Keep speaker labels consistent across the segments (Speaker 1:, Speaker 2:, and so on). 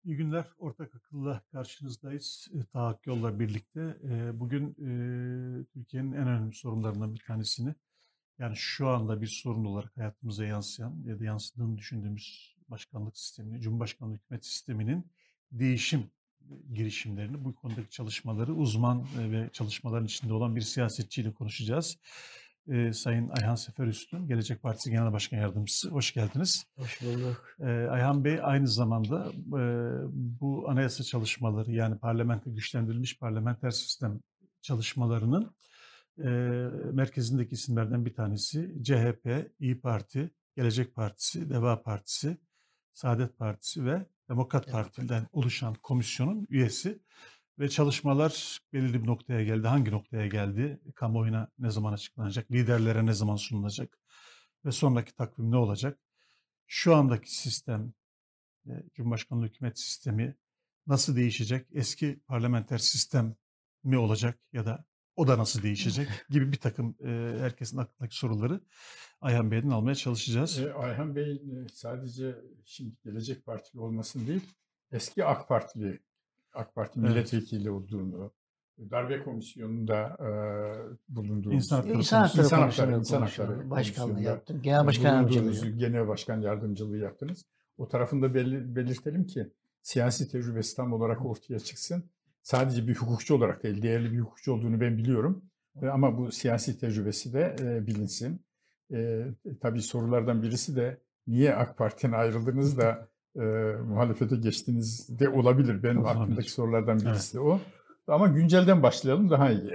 Speaker 1: İyi günler. Ortak Akıl'la karşınızdayız. Tahakkü Yol'la birlikte. Bugün Türkiye'nin en önemli sorunlarından bir tanesini, yani şu anda bir sorun olarak hayatımıza yansıyan ya da yansıdığını düşündüğümüz başkanlık sistemini, Cumhurbaşkanlığı hükümet sisteminin değişim girişimlerini, bu konudaki çalışmaları uzman ve çalışmaların içinde olan bir siyasetçiyle konuşacağız. Sayın Ayhan Seferüstün, Gelecek Partisi Genel Başkan Yardımcısı. Hoş geldiniz.
Speaker 2: Hoş bulduk.
Speaker 1: Ayhan Bey aynı zamanda bu anayasa çalışmaları, yani güçlendirilmiş parlamenter sistem çalışmalarının merkezindeki isimlerden bir tanesi CHP, İyi Parti, Gelecek Partisi, Deva Partisi, Saadet Partisi ve Demokrat Parti'den oluşan komisyonun üyesi. Ve çalışmalar belirli bir noktaya geldi. Hangi noktaya geldi? Kamuoyuna ne zaman açıklanacak? Liderlere ne zaman sunulacak? Ve sonraki takvim ne olacak? Şu andaki sistem, Cumhurbaşkanlığı hükümet sistemi nasıl değişecek? Eski parlamenter sistem mi olacak ya da o da nasıl değişecek gibi bir takım herkesin aklındaki soruları Ayhan Bey'den almaya çalışacağız.
Speaker 3: Ayhan Bey'in sadece şimdi Gelecek Partili olmasını değil, eski AK Parti milletvekili olduğunu, darbe komisyonunda bulunduğunu,
Speaker 2: İnsan Hakları Başkanlığı yaptım. Genel Başkan Yardımcılığı.
Speaker 3: Genel Başkan Yardımcılığı yaptınız. O tarafında belirtelim ki siyasi tecrübesi tam olarak ortaya çıksın. Sadece bir hukukçu olarak değil, değerli bir hukukçu olduğunu ben biliyorum. Ama bu siyasi tecrübesi de bilinsin. Tabii sorulardan birisi de niye AK Parti'den ayrıldınız da muhalefete geçtiniz de olabilir. Benim aklımdaki sorulardan birisi de o. Ama güncelden başlayalım daha iyi.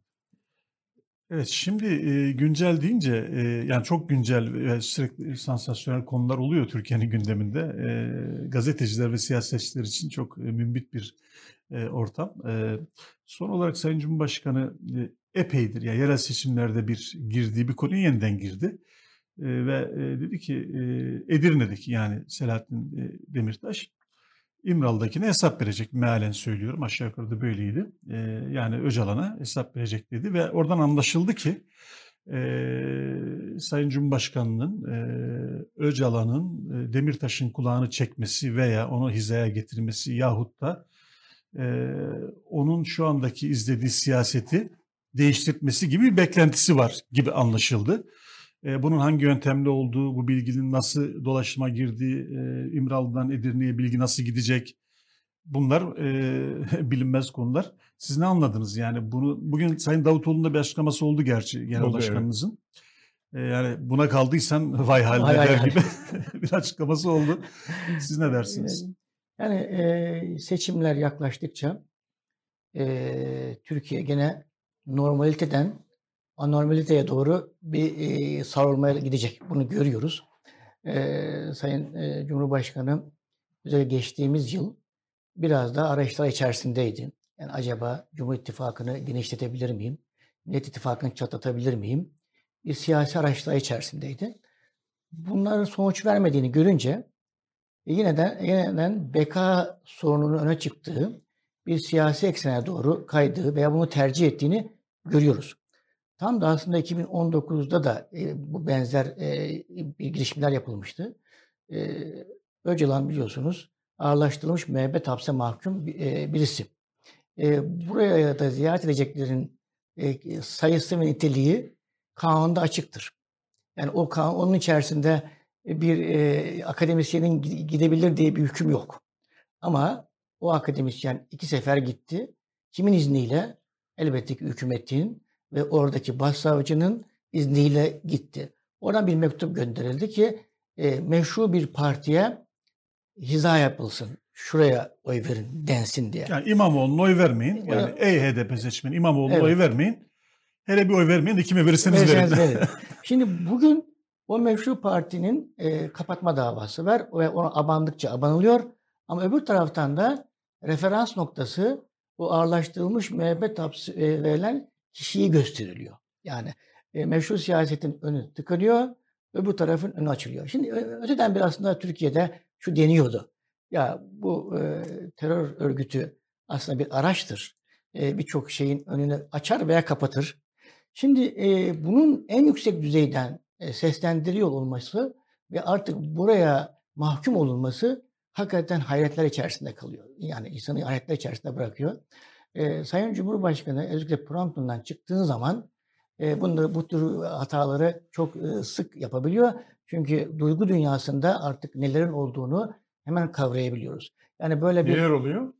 Speaker 1: Evet, şimdi güncel deyince yani çok güncel ve sürekli sansasyonel konular oluyor Türkiye'nin gündeminde. Gazeteciler ve siyasetçiler için çok mümbit bir ortam. Son olarak Sayın Cumhurbaşkanı epeydir, yani yerel seçimlerde girdiği bir konuya yeniden girdi. Ve dedi ki Edirne'deki, yani Selahattin Demirtaş İmralı'dakine hesap verecek, mealen söylüyorum, aşağı yukarı da böyleydi. Yani Öcalan'a hesap verecek dedi ve oradan anlaşıldı ki Sayın Cumhurbaşkanı'nın Öcalan'ın Demirtaş'ın kulağını çekmesi veya onu hizaya getirmesi yahut da onun şu andaki izlediği siyaseti değiştirmesi gibi bir beklentisi var gibi anlaşıldı. Bunun hangi yöntemle olduğu, bu bilginin nasıl dolaşıma girdiği, İmralı'dan Edirne'ye bilgi nasıl gidecek, bunlar bilinmez konular. Siz ne anladınız? Yani bunu bugün Sayın Davutoğlu'nun da bir açıklaması oldu gerçi genel başkanımızın. Yani buna kaldıysan vay haline gibi bir açıklaması oldu. Siz ne dersiniz?
Speaker 2: Yani seçimler yaklaştıkça Türkiye gene normaliteden anormaliteye doğru bir savrulmaya gidecek. Bunu görüyoruz. Sayın Cumhurbaşkanı özellikle geçtiğimiz yıl biraz da arayışlar içerisindeydi. Yani acaba Cumhur İttifakı'nı genişletebilir miyim? Millet İttifakı'nı çatlatabilir miyim? Bir siyasi arayışlar içerisindeydi. Bunların sonuç vermediğini görünce yeniden beka sorununun öne çıktığı bir siyasi eksene doğru kaydığı veya bunu tercih ettiğini görüyoruz. Tam da aslında 2019'da da bu benzer girişimler yapılmıştı. Öcalan biliyorsunuz ağırlaştırılmış müebbet hapse mahkum birisi. Buraya da ziyaret edeceklerin sayısı ve niteliği kanunda açıktır. Yani onun içerisinde bir akademisyenin gidebilir diye bir hüküm yok. Ama o akademisyen 2 sefer gitti. Kimin izniyle? Elbette ki hükümetin ve oradaki başsavcının izniyle gitti. Oradan bir mektup gönderildi ki meşru bir partiye hiza yapılsın. Şuraya oy verin densin diye.
Speaker 1: Yani İmamoğlu'na oy vermeyin. Yani ey HDP seçmeni İmamoğlu'na oy vermeyin. Hele bir oy vermeyin de kime verirseniz verin.
Speaker 2: Şimdi bugün o meşru partinin kapatma davası var ve ona abandıkça abanılıyor. Ama öbür taraftan da referans noktası bu ağırlaştırılmış müebbet hapsi verilen kişiyi gösteriliyor. Yani meşru siyasetin önü tıkanıyor, öbür tarafın önü açılıyor. Şimdi öteden bir aslında Türkiye'de şu deniyordu. Ya bu terör örgütü aslında bir araçtır. Birçok şeyin önünü açar veya kapatır. Şimdi bunun en yüksek düzeyden seslendiriyor olması ve artık buraya mahkum olunması hakikaten hayretler içerisinde kalıyor. Yani insanı hayretler içerisinde bırakıyor. Sayın Cumhurbaşkanı özellikle promptundan çıktığı zaman bu tür hataları çok sık yapabiliyor. Çünkü duygu dünyasında artık nelerin olduğunu hemen kavrayabiliyoruz. Yani böyle bir...
Speaker 3: Neler oluyor?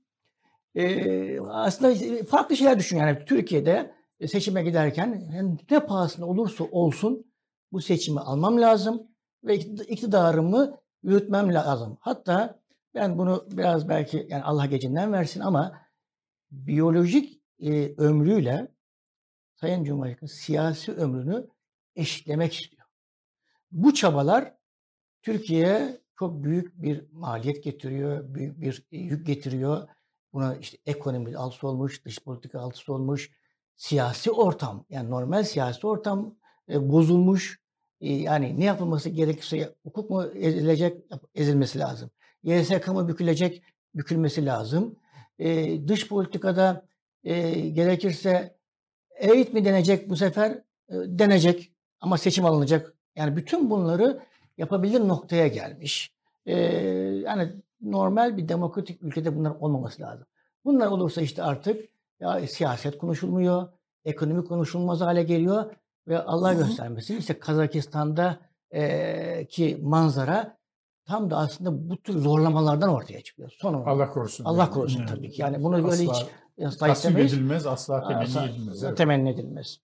Speaker 2: Aslında farklı şeyler düşün. Yani Türkiye'de seçime giderken ne pahasına olursa olsun bu seçimi almam lazım ve iktidarımı yürütmem lazım. Hatta ben bunu biraz belki yani Allah gecinden versin ama biyolojik ömrüyle Sayın Cumhurbaşkanı siyasi ömrünü eşitlemek istiyor. Bu çabalar Türkiye'ye çok büyük bir maliyet getiriyor, büyük bir yük getiriyor. Buna işte ekonomi altısı olmuş, dış politika altısı olmuş, siyasi ortam, yani normal siyasi ortam bozulmuş. Yani ne yapılması gerekirse hukuk mu ezilecek, ezilmesi lazım. YSK mı bükülecek, bükülmesi lazım. Dış politikada gerekirse eğit mi denecek bu sefer? Denecek ama seçim alınacak. Yani bütün bunları yapabilir noktaya gelmiş. Yani normal bir demokratik ülkede bunlar olmaması lazım. Bunlar olursa işte artık ya siyaset konuşulmuyor, ekonomi konuşulmaz hale geliyor ve Allah göstermesin işte Kazakistan'da ki manzara tam da aslında bu tür zorlamalardan ortaya çıkıyor.
Speaker 3: Allah korusun.
Speaker 2: Allah korusun tabii ki. Yani bunu böyle hiç
Speaker 3: tasvip edilmez, asla temenni edilmez. Evet.
Speaker 2: Temenni edilmez.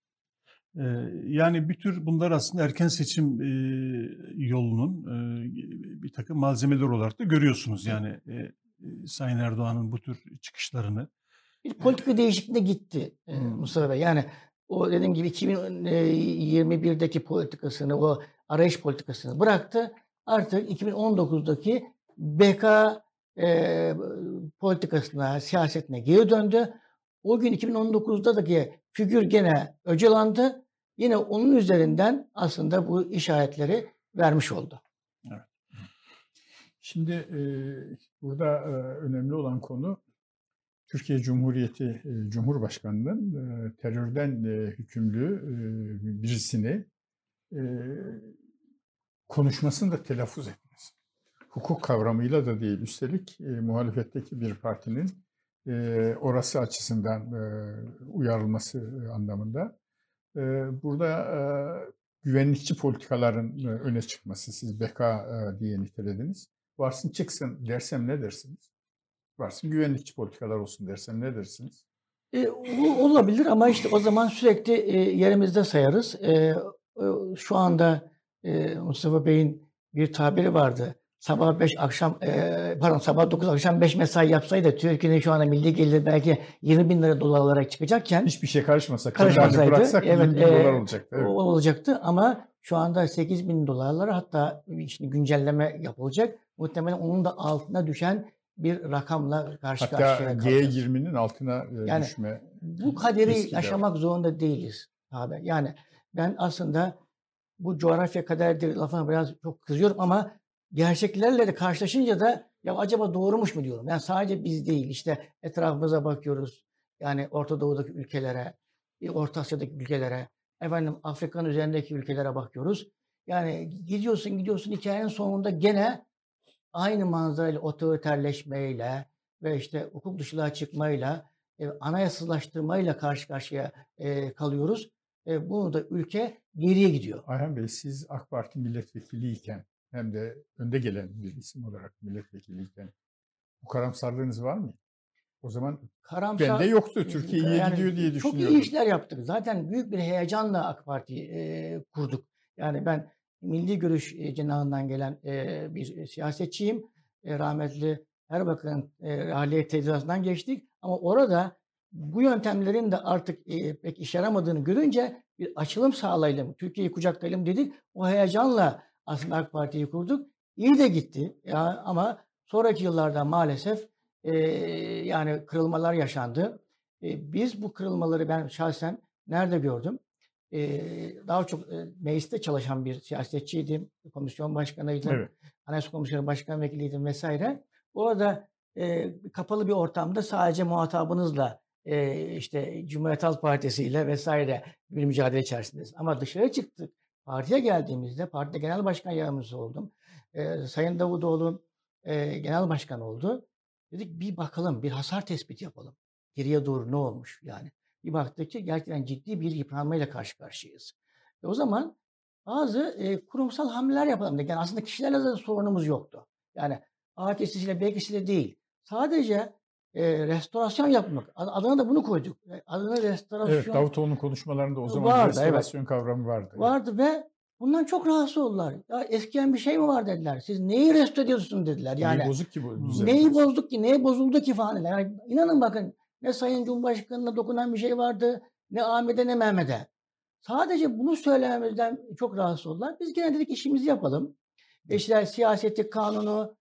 Speaker 1: Yani bir tür bunlar aslında erken seçim yolunun bir takım malzemeler olarak da görüyorsunuz. Yani Sayın Erdoğan'ın bu tür çıkışlarını.
Speaker 2: Bir politika değişikliğine gitti Mustafa Bey. Yani o dediğim gibi 2021'deki politikasını, o arayış politikasını bıraktı. Artık 2019'daki BK politikasına, siyasetine geri döndü. O gün 2019'daki figür gene Öcalan'dı. Yine onun üzerinden aslında bu işaretleri vermiş oldu.
Speaker 3: Evet. Şimdi burada önemli olan konu Türkiye Cumhuriyeti Cumhurbaşkanı'nın terörden hükümlü birisini konuşmasını da telaffuz etmesi. Hukuk kavramıyla da değil, üstelik muhalefetteki bir partinin orası açısından uyarılması anlamında. Burada güvenlikçi politikaların öne çıkması, siz beka diye nitelediniz. Varsın çıksın dersem ne dersiniz? Varsın güvenlikçi politikalar olsun dersem ne dersiniz?
Speaker 2: Olabilir ama işte o zaman sürekli yerimizde sayarız. Şu anda Mustafa Bey'in bir tabiri vardı. Sabah 5 akşam sabah 9 akşam 5 mesai yapsaydı Türkiye'nin şu anda milli geliri belki 20 bin lira dolar olarak çıkacakken
Speaker 3: hiçbir şey karışmasak,
Speaker 2: bıraksak
Speaker 3: 20 bin dolar olacaktı. Evet.
Speaker 2: Olacaktı ama şu anda 8 bin dolarlara hatta şimdi güncelleme yapılacak. Muhtemelen onun da altına düşen bir rakamla karşı karşıya kalacağız.
Speaker 3: Hatta G20'nin altına
Speaker 2: yani,
Speaker 3: düşme.
Speaker 2: Bu kaderi yaşamak zorunda değiliz abi. Yani ben aslında bu coğrafya kaderdir lafına biraz çok kızıyorum ama gerçeklerle de karşılaşınca da ya acaba doğrumuş mu diyorum. Yani sadece biz değil işte etrafımıza bakıyoruz. Yani Orta Doğu'daki ülkelere, Orta Asya'daki ülkelere, Afrika'nın üzerindeki ülkelere bakıyoruz. Yani gidiyorsun hikayenin sonunda gene aynı manzarayla, otoriterleşmeyle ve işte hukuk dışılığa çıkmayla, anayasızlaştırmayla karşı karşıya kalıyoruz. Bunu da ülke geriye gidiyor.
Speaker 3: Ayhan Bey, siz AK Parti milletvekiliyken hem de önde gelen bir isim olarak milletvekiliyken bu karamsarlığınız var mı? O zaman bende yoktu. Türkiye iyiye gidiyor diye düşünüyorum.
Speaker 2: Çok iyi işler yaptık. Zaten büyük bir heyecanla AK Parti'yi kurduk. Yani ben Milli Görüş cenahından gelen bir siyasetçiyim. Rahmetli Erbakan'ın Rahliye Tedrisat'ından geçtik. Ama orada bu yöntemlerin de artık pek işe yaramadığını görünce bir açılım sağlayalım, Türkiye'yi kucaklayalım dedik. O heyecanla aslında AK Parti'yi kurduk. İyi de gitti. Ya, ama sonraki yıllarda maalesef yani kırılmalar yaşandı. Biz bu kırılmaları ben şahsen nerede gördüm? Daha çok mecliste çalışan bir siyasetçiydim. Komisyon başkanıydım. Evet. Anayasa Komisyonu Başkan Vekiliydim vesaire. Orada kapalı bir ortamda sadece muhatabınızla işte Cumhuriyet Halk Partisi ile vesaire bir mücadele içerisindeyiz. Ama dışarı çıktık. Partiye geldiğimizde partide genel başkan yardımcısı oldum. Sayın Davutoğlu genel başkan oldu. Dedik bir bakalım, bir hasar tespiti yapalım. Geriye doğru ne olmuş yani. Bir baktık ki gerçekten ciddi bir yıpranmayla karşı karşıyayız. O zaman bazı kurumsal hamleler yapalım dedik. Yani aslında kişilerle de sorunumuz yoktu. Yani A kişisiyle B kişisiyle değil. Sadece restorasyon yapmak. Adına da bunu koyduk. Adına restorasyon.
Speaker 3: Evet, Davutoğlu'nun konuşmalarında o zaman
Speaker 2: vardı,
Speaker 3: restorasyon kavramı vardı.
Speaker 2: Vardı ve bundan çok rahatsız oldular. Ya eskiden bir şey mi var dediler. Siz neyi restore ediyorsunuz dediler. Yani
Speaker 3: Neyi bozuk ki bu düzen?
Speaker 2: neyi bozduk ki, neye bozuldu ki falan. Yani inanın bakın ne Sayın Cumhurbaşkanı'na dokunan bir şey vardı, ne Ahmet'e ne Mehmet'e. Sadece bunu söylememizden çok rahatsız oldular. Biz gene dedik işimizi yapalım. İşte siyaseti kanunu,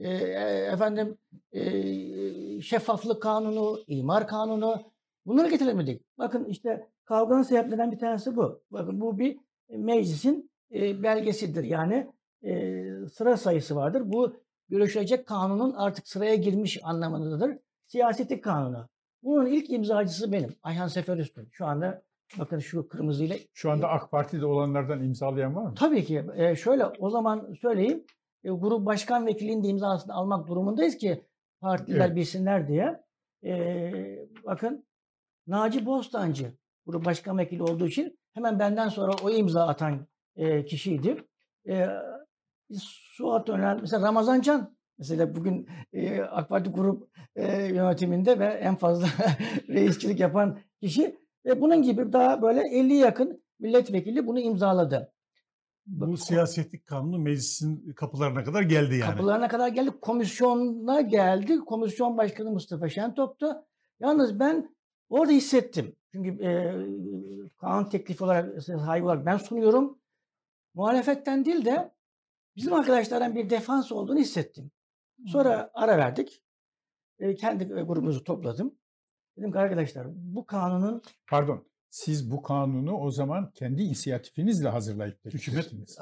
Speaker 2: şeffaflık kanunu, imar kanunu bunları getirelim dedik. Bakın işte kavganın sebeplerinden bir tanesi bu. Bakın bu bir meclisin belgesidir. Yani sıra sayısı vardır. Bu görüşülecek kanunun artık sıraya girmiş anlamındadır. Siyaseti kanunu. Bunun ilk imzacısı benim. Ayhan Seferüstü. Şu anda bakın şu kırmızıyla.
Speaker 3: Şu anda AK Parti'de olanlardan imzalayan var mı?
Speaker 2: Tabii ki. Şöyle o zaman söyleyeyim. Grup başkan vekilinin de imzasını almak durumundayız ki partiler bilsinler diye. Bakın Naci Bostancı grup başkan vekili olduğu için hemen benden sonra o imza atan kişiydi. Suat Öner, mesela Ramazan Can mesela bugün AK Parti grup yönetiminde ve en fazla reisçilik yapan kişi bunun gibi daha böyle 50'ye yakın milletvekili bunu imzaladı.
Speaker 1: Bu siyasetlik kanunu meclisin kapılarına kadar geldi yani.
Speaker 2: Kapılarına kadar geldi. Komisyona geldi. Komisyon Başkanı Mustafa Şentop'tu. Yalnız ben orada hissettim. Çünkü kanun teklifi olarak, sahibi olarak ben sunuyorum. Muhalefetten değil de bizim arkadaşlardan bir defans olduğunu hissettim. Sonra ara verdik. Kendi grubumuzu topladım. Dedim ki arkadaşlar bu kanunun...
Speaker 3: Pardon. Siz bu kanunu o zaman kendi inisiyatifinizle hazırlayıp
Speaker 2: hükümet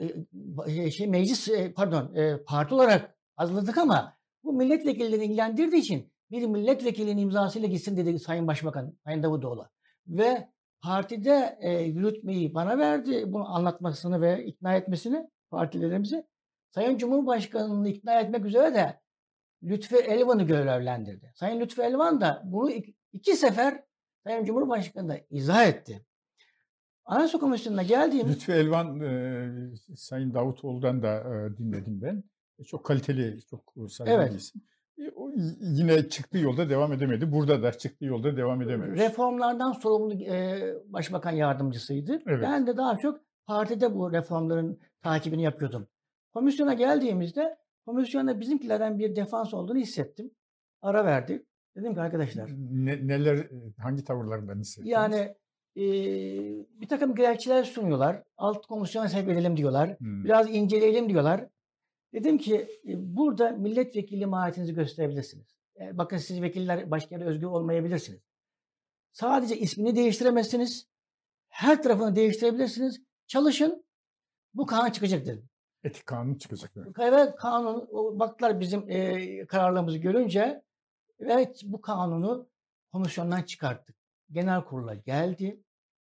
Speaker 2: meclis parti olarak hazırladık ama bu milletvekillerini ilgilendirdiği için bir milletvekilinin imzasıyla gitsin dedi Sayın Başbakan Sayın Davutoğlu. Ve partide yürütmeyi bana verdi. Bunu anlatmasını ve ikna etmesini partilerimizi. Sayın Cumhurbaşkanı'nı ikna etmek üzere de Lütfü Elvan'ı görevlendirdi. Sayın Lütfü Elvan da bunu iki sefer Sayın Cumhurbaşkanı da izah etti. Anayasa Komisyonu'na geldiğim...
Speaker 3: Lütfü Elvan, Sayın Davutoğlu'dan da dinledim ben. Çok kaliteli, çok saygılı bir isim. O yine çıktığı yolda devam edemedi. Burada da çıktığı yolda devam edememiş.
Speaker 2: Reformlardan sorumlu başbakan yardımcısıydı.
Speaker 3: Evet.
Speaker 2: Ben de daha çok partide bu reformların takibini yapıyordum. Komisyona geldiğimizde komisyonda bizimkilerden bir defans olduğunu hissettim. Ara verdik. Dedim ki arkadaşlar.
Speaker 3: Neler, hangi tavırlarından hissettiniz?
Speaker 2: Yani bir takım gerekçeler sunuyorlar. Alt komisyona sevk edelim diyorlar. Biraz inceleyelim diyorlar. Dedim ki burada milletvekili mahiyetinizi gösterebilirsiniz. Bakın siz vekiller başka yere özgür olmayabilirsiniz. Sadece ismini değiştiremezsiniz. Her tarafını değiştirebilirsiniz. Çalışın. Bu kanun çıkacak dedim.
Speaker 3: Etik kanun çıkacak.
Speaker 2: Evet, kanun. Baktılar bizim kararlarımızı görünce. Evet, bu kanunu komisyondan çıkarttık. Genel kurula geldi.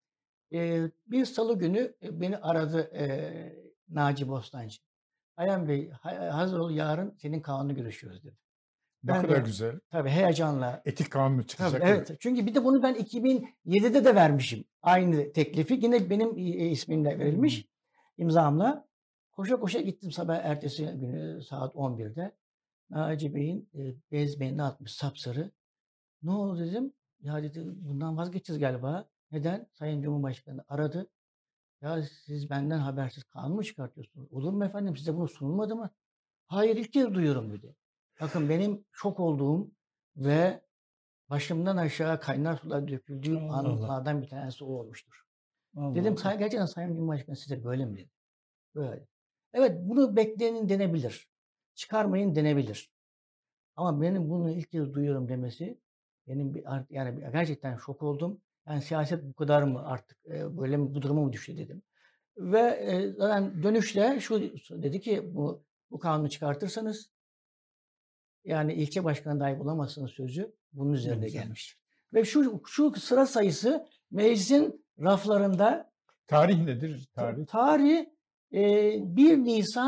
Speaker 2: Bir salı günü beni aradı Naci Bostancı. Ayhan Bey hazır ol, yarın senin kanunu görüşüyoruz dedi.
Speaker 3: Ne kadar güzel.
Speaker 2: Tabii heyecanla.
Speaker 3: Etik kanunu çıkacak.
Speaker 2: Tabii, evet. Çünkü bir de bunu ben 2007'de de vermişim. Aynı teklifi. Yine benim ismimle verilmiş imzamla. Koşa koşa gittim sabah ertesi günü saat 11'de. Naci Bey'in bez benini atmış sapsarı. Ne oldu dedim. Ya dedi bundan vazgeçeceğiz galiba. Neden? Sayın Cumhurbaşkanı aradı. Ya siz benden habersiz kanun mu çıkartıyorsunuz? Olur mu efendim? Size bunu sunulmadı mı? Hayır, ilk kez duyuyorum dedi. Bakın benim şok olduğum ve başımdan aşağı kaynar sular döküldüğüm anlardan bir tanesi o olmuştur. Dedim gerçekten Sayın Cumhurbaşkanı size böyle mi dedi? Böyle. Evet, bunu bekleyenin denebilir. Çıkarmayın denebilir. Ama benim bunu ilk kez duyuyorum demesi benim yani gerçekten şok oldum. Yani siyaset bu kadar mı artık böyle mi, bu duruma mı düştü dedim. Ve zaten dönüşte şu dedi ki bu kanunu çıkartırsanız yani ilçe başkanı dahi bulamazsınız sözü bunun üzerinde gelmiş. Ve şu sıra sayısı meclisin raflarında.
Speaker 3: Tarih nedir? Tarih
Speaker 2: 1 Nisan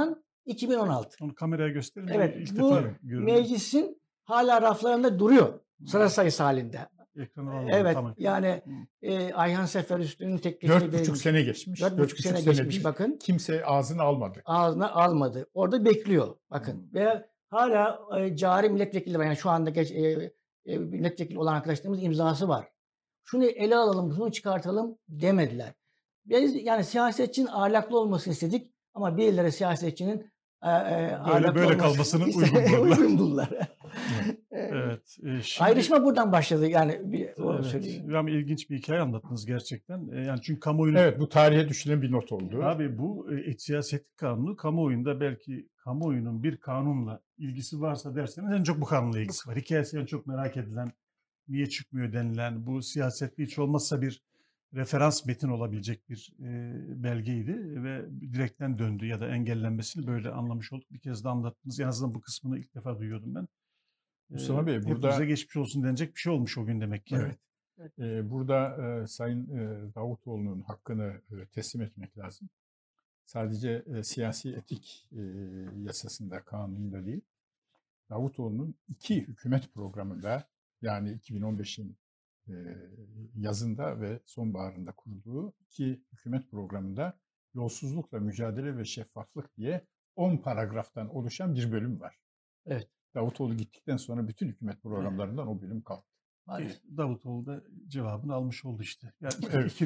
Speaker 2: 2016.
Speaker 1: Onu kameraya gösterin.
Speaker 2: Evet,
Speaker 1: İlk
Speaker 2: bu
Speaker 1: defa görüyorum.
Speaker 2: meclisin hala raflarında duruyor. Sıra sayısı halinde.
Speaker 1: Ekranı alalım.
Speaker 2: Evet,
Speaker 1: Tamam.
Speaker 2: yani Ayhan Seferüstü'nün teklifini
Speaker 3: 4,5 sene geçmiş.
Speaker 2: 4,5 sene geçmiş
Speaker 3: senedir
Speaker 2: bakın.
Speaker 3: kimse ağzına almadı.
Speaker 2: Ağzına almadı. Orada bekliyor bakın. Ve hala cari milletvekili var. Yani şu anda milletvekili olan arkadaşlarımız imzası var. Şunu ele alalım, bunu çıkartalım demediler. Biz yani siyasetçinin ahlaklı olmasını istedik ama birileri siyasetçinin
Speaker 1: böyle kalmasını
Speaker 2: uygun buldular.
Speaker 1: Evet.
Speaker 2: Ayrışma buradan başladı. Yani
Speaker 1: evet,
Speaker 2: söyleyeyim.
Speaker 1: ama ilginç bir hikaye anlattınız gerçekten. Yani çünkü kamuoyunun...
Speaker 3: Evet, bu tarihe düşülen bir not oldu.
Speaker 1: Abi bu siyasetlik kanunu kamuoyunda belki kamuoyunun bir kanunla ilgisi varsa derseniz en çok bu kanunla ilgisi var. Hikayesi en çok merak edilen, niye çıkmıyor denilen, bu siyasetli hiç olmazsa bir referans metin olabilecek bir belgeydi ve direkten döndü ya da engellenmesini böyle anlamış olduk. Bir kez de anlattınız. En azından bu kısmını ilk defa duyuyordum ben.
Speaker 3: Mustafa Bey, burada
Speaker 1: hepimize geçmiş olsun denecek bir şey olmuş o gün demek ki.
Speaker 3: Evet. Burada Sayın Davutoğlu'nun hakkını teslim etmek lazım. Sadece siyasi etik yasasında, kanununda değil, Davutoğlu'nun 2 hükümet programında, yani 2015'in yazında ve sonbaharında kurduğu 2 hükümet programında yolsuzlukla mücadele ve şeffaflık diye 10 paragraftan oluşan bir bölüm var.
Speaker 2: Evet.
Speaker 3: Davutoğlu gittikten sonra bütün hükümet programlarından o bölüm kalktı.
Speaker 1: Davutoğlu da cevabını almış oldu işte. Yani
Speaker 3: evet.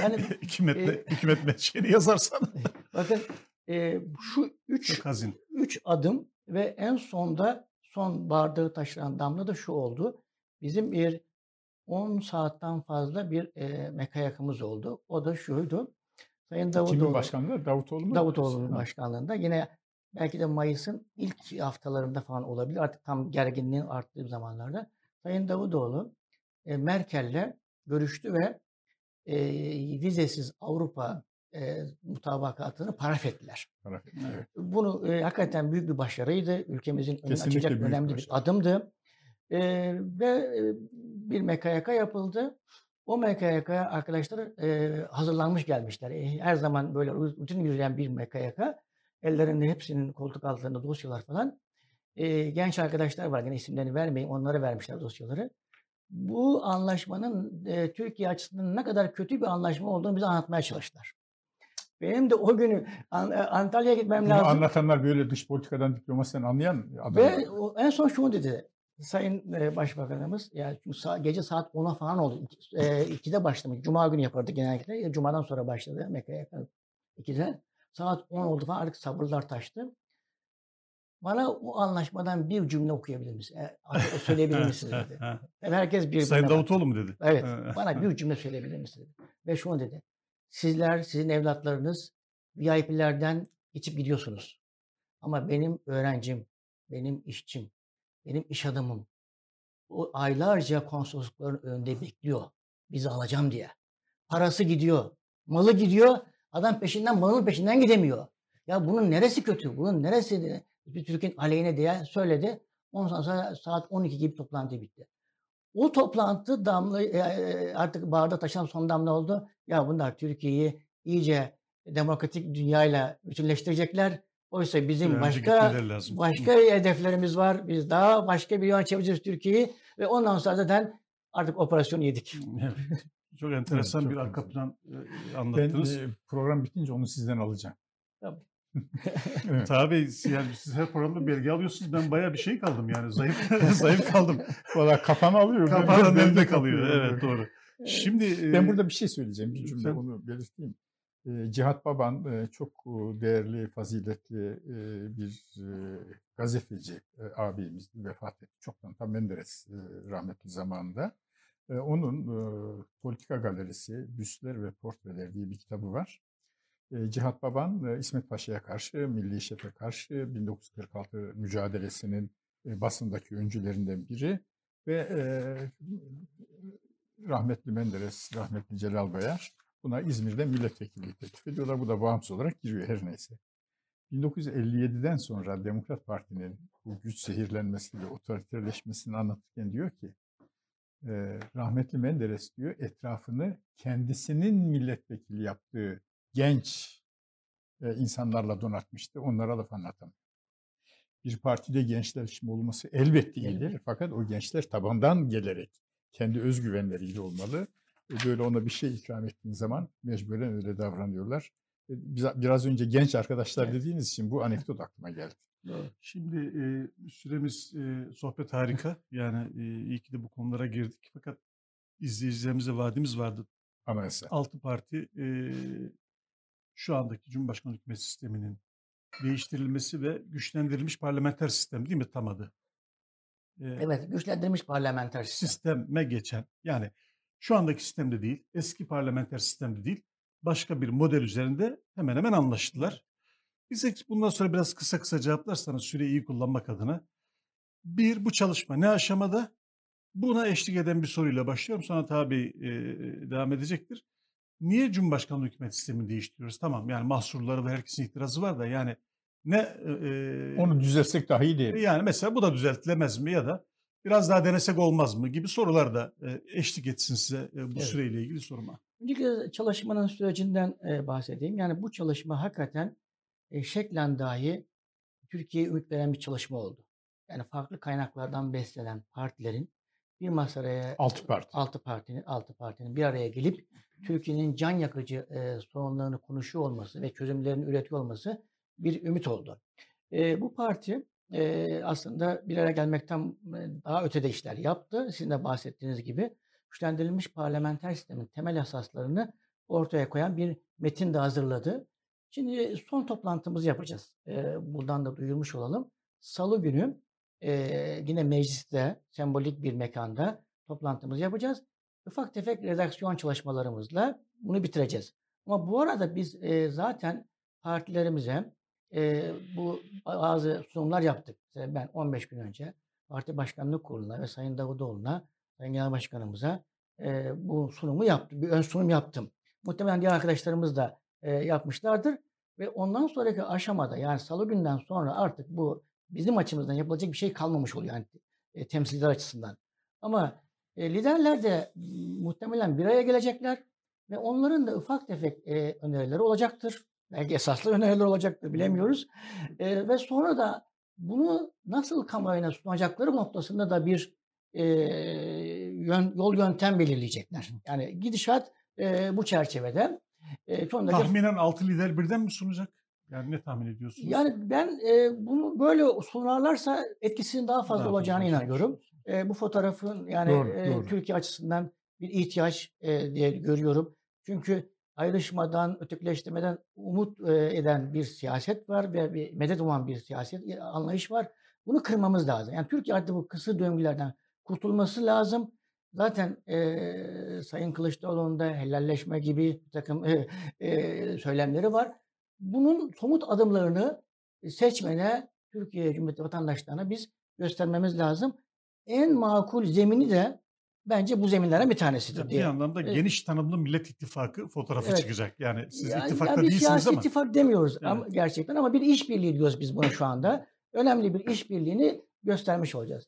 Speaker 1: hükümet menşeli yazarsan.
Speaker 2: Bakın şu 3 adım ve en son bardağı taşıran damla da şu oldu. Bizim bir 10 saatten fazla bir mekayakamız oldu. O da şuydu. Sayın Davutoğlu.
Speaker 3: Kimin başkanlığında? Davutoğlu mu?
Speaker 2: Davutoğlu'nun başkanlığında. Yine belki de Mayıs'ın ilk haftalarında falan olabilir. Artık tam gerginliğin arttığı zamanlarda. Sayın Davutoğlu Merkel'le görüştü ve vizesiz Avrupa mutabakatını paraf ettiler.
Speaker 3: Evet.
Speaker 2: Bunu hakikaten büyük bir başarıydı. Ülkemizin önünü açacak önemli bir adımdı. Ve bir MKYK yapıldı. O MKYK arkadaşlar hazırlanmış gelmişler. Her zaman böyle rutin yürüyen bir MKYK. Ellerinde hepsinin koltuk altlarında dosyalar falan. Genç arkadaşlar var. Yine isimlerini vermeyeyim. Onlara vermişler dosyaları. Bu anlaşmanın Türkiye açısından ne kadar kötü bir anlaşma olduğunu bize anlatmaya çalıştılar. Benim de o günü Antalya'ya gitmem lazım.
Speaker 3: Bunu anlatanlar böyle dış politikadan, diplomasiden anlayan adamlar.
Speaker 2: Ve en son şunu dedi. Sayın Başbakanımız, yani gece saat 10'a falan oldu. 2'de başlamış. Cuma günü yapardı genellikle. Cuma'dan sonra başladı MKYK 2'de. Saat 10 oldu falan, artık sabırlar taştı. Bana o anlaşmadan bir cümle okuyabilir misiniz? Söyleyebilir misiniz dedi. Herkes birbirine
Speaker 1: Sayın
Speaker 2: baktı.
Speaker 1: Davutoğlu mu dedi?
Speaker 2: Evet. Bana bir cümle söyleyebilir misiniz dedi. Ve şunu dedi. Sizler, sizin evlatlarınız VIP'lerden geçip gidiyorsunuz. Ama benim öğrencim, benim işçim, benim iş adamım o aylarca konsoloslukların önünde bekliyor. Bizi alacağım diye. Parası gidiyor. Malı gidiyor. Adam malının peşinden gidemiyor. Ya bunun neresi kötü? Bunun neresi Türkiye'nin aleyhine diye söyledi. Ondan sonra saat 12 gibi toplantı bitti. O toplantı artık barda taşınan son damla oldu. Ya bunlar Türkiye'yi iyice demokratik dünyayla bütünleştirecekler. Oysa bizim başka hedeflerimiz var. Biz daha başka bir yöne çevireceğiz Türkiye'yi ve ondan sonra zaten artık operasyonu yedik.
Speaker 1: Evet. Çok enteresan bir arka plan anlattınız.
Speaker 3: Ben program bitince onu sizden alacağım.
Speaker 2: Tabii.
Speaker 1: Evet. Tabii yani siz her programda belge alıyorsunuz. Ben bayağı bir şey kaldım yani. Zayıf kaldım.
Speaker 3: Valla kafanı alıyor.
Speaker 1: Kafanın bende kalıyor. Evet, doğru. Şimdi
Speaker 3: ben burada bir şey söyleyeceğim. Bir cümle onu belirteyim. Cihat Baban çok değerli, faziletli bir gazeteci abimiz, vefat etti. Çoktan, tam Menderes rahmetli zamanında. Onun Politika Galerisi, Büstler ve Portreler diye bir kitabı var. Cihat Baban, İsmet Paşa'ya karşı, Milli Şef'e karşı 1946 mücadelesinin basındaki öncülerinden biri ve rahmetli Menderes, rahmetli Celal Bayar buna İzmir'de milletvekilliği teklif ediyorlar. Bu da bağımsız olarak giriyor her neyse. 1957'den sonra Demokrat Parti'nin bu güç zehirlenmesi ve otoriterleşmesini anlatırken diyor ki, rahmetli Menderes diyor etrafını kendisinin milletvekili yaptığı genç insanlarla donatmıştı. Onlara laf anlatamam. Bir partide gençler için olması elbette iyidir. Fakat o gençler tabandan gelerek kendi özgüvenleriyle olmalı. Böyle ona bir şey ikram ettiğin zaman mecburen öyle davranıyorlar. Biraz önce genç arkadaşlar dediğiniz için bu anekdot aklıma geldi.
Speaker 1: Şimdi süremiz, sohbet harika. Yani iyi ki de bu konulara girdik. Fakat izleyicilerimize vaadimiz vardı.
Speaker 3: Anayasa.
Speaker 1: 6 parti şu andaki Cumhurbaşkanlığı hükümet sisteminin değiştirilmesi ve güçlendirilmiş parlamenter sistem değil mi tam adı?
Speaker 2: Evet, güçlendirilmiş parlamenter sistem.
Speaker 1: Sisteme geçen, yani şu andaki sistemde değil, eski parlamenter sistemde değil, başka bir model üzerinde hemen hemen anlaştılar. Bize bundan sonra biraz kısa cevaplarsanız süreyi iyi kullanmak adına. Bir, bu çalışma ne aşamada? Buna eşlik eden bir soruyla başlıyorum. Sonra tabii devam edecektir. Niye Cumhurbaşkanlığı hükümet sistemini değiştiriyoruz? Tamam, yani mahsurları ve herkesin itirazı var da yani ne...
Speaker 3: Onu düzeltsek daha iyi değil.
Speaker 1: Yani mesela bu da düzeltilemez mi ya da biraz daha denesek olmaz mı gibi sorular da eşlik etsin size bu süreyle ilgili soruma.
Speaker 2: Öncelikle çalışmanın sürecinden bahsedeyim. Yani bu çalışma hakikaten şeklen dahi Türkiye'ye ümit veren bir çalışma oldu. Yani farklı kaynaklardan beslenen partilerin bir masaya 6 partinin bir araya gelip Türkiye'nin can yakıcı sorunlarını konuşuyor olması ve çözümlerini üretiyor olması bir ümit oldu. Bu parti aslında bir araya gelmekten daha ötede işler yaptı. Sizin de bahsettiğiniz gibi güçlendirilmiş parlamenter sistemin temel esaslarını ortaya koyan bir metin de hazırladı. Şimdi son toplantımızı yapacağız. Buradan da duyurmuş olalım. Salı günü yine mecliste, sembolik bir mekanda toplantımızı yapacağız. Ufak tefek redaksiyon çalışmalarımızla bunu bitireceğiz. Ama bu arada biz zaten partilerimize bu bazı sunumlar yaptık. Mesela ben 15 gün önce Parti Başkanlık Kurulu'na ve Sayın Davutoğlu'na, Sayın Genel Başkanımıza bu sunumu yaptım. Bir ön sunum yaptım. Muhtemelen diğer arkadaşlarımız da yapmışlardır. Ve ondan sonraki aşamada yani salı günden sonra artık bu bizim açımızdan yapılacak bir şey kalmamış oluyor yani temsilciler açısından. Ama liderler de muhtemelen bir araya gelecekler ve onların da ufak tefek önerileri olacaktır. Belki esaslı öneriler olacaktır bilemiyoruz. Ve sonra da bunu nasıl kamuoyuna sunacakları noktasında da bir yol yöntem belirleyecekler. Yani gidişat bu çerçevede.
Speaker 1: Tahminen 6 lider birden mi sunacak? Yani ne tahmin ediyorsunuz?
Speaker 2: Yani ben bunu böyle sunarlarsa etkisinin daha fazla olacağına inanıyorum. Bu fotoğrafın yani
Speaker 3: doğru.
Speaker 2: Türkiye açısından bir ihtiyaç diye görüyorum. Çünkü ayrışmadan, ötekileştirmeden umut eden bir siyaset var ve bir medet uman bir siyaset anlayış var. Bunu kırmamız lazım. Yani Türkiye artık bu kısır döngülerden kurtulması lazım. Zaten Sayın Kılıçdaroğlu'nun da helalleşme gibi bir takım söylemleri var. Bunun somut adımlarını seçmene, Türkiye Cumhuriyeti vatandaşlarına biz göstermemiz lazım. En makul zemini de bence bu zeminlerden bir tanesidir
Speaker 1: Bir
Speaker 2: diye.
Speaker 1: yandan da geniş tanımlı Millet İttifakı fotoğrafı çıkacak. Yani siz ittifakta
Speaker 2: bir
Speaker 1: değilsiniz
Speaker 2: siyasi
Speaker 1: ama.
Speaker 2: ittifak demiyoruz
Speaker 1: Evet.
Speaker 2: ama gerçekten ama bir işbirliği diyoruz biz buna şu anda. Önemli bir işbirliğini göstermiş olacağız.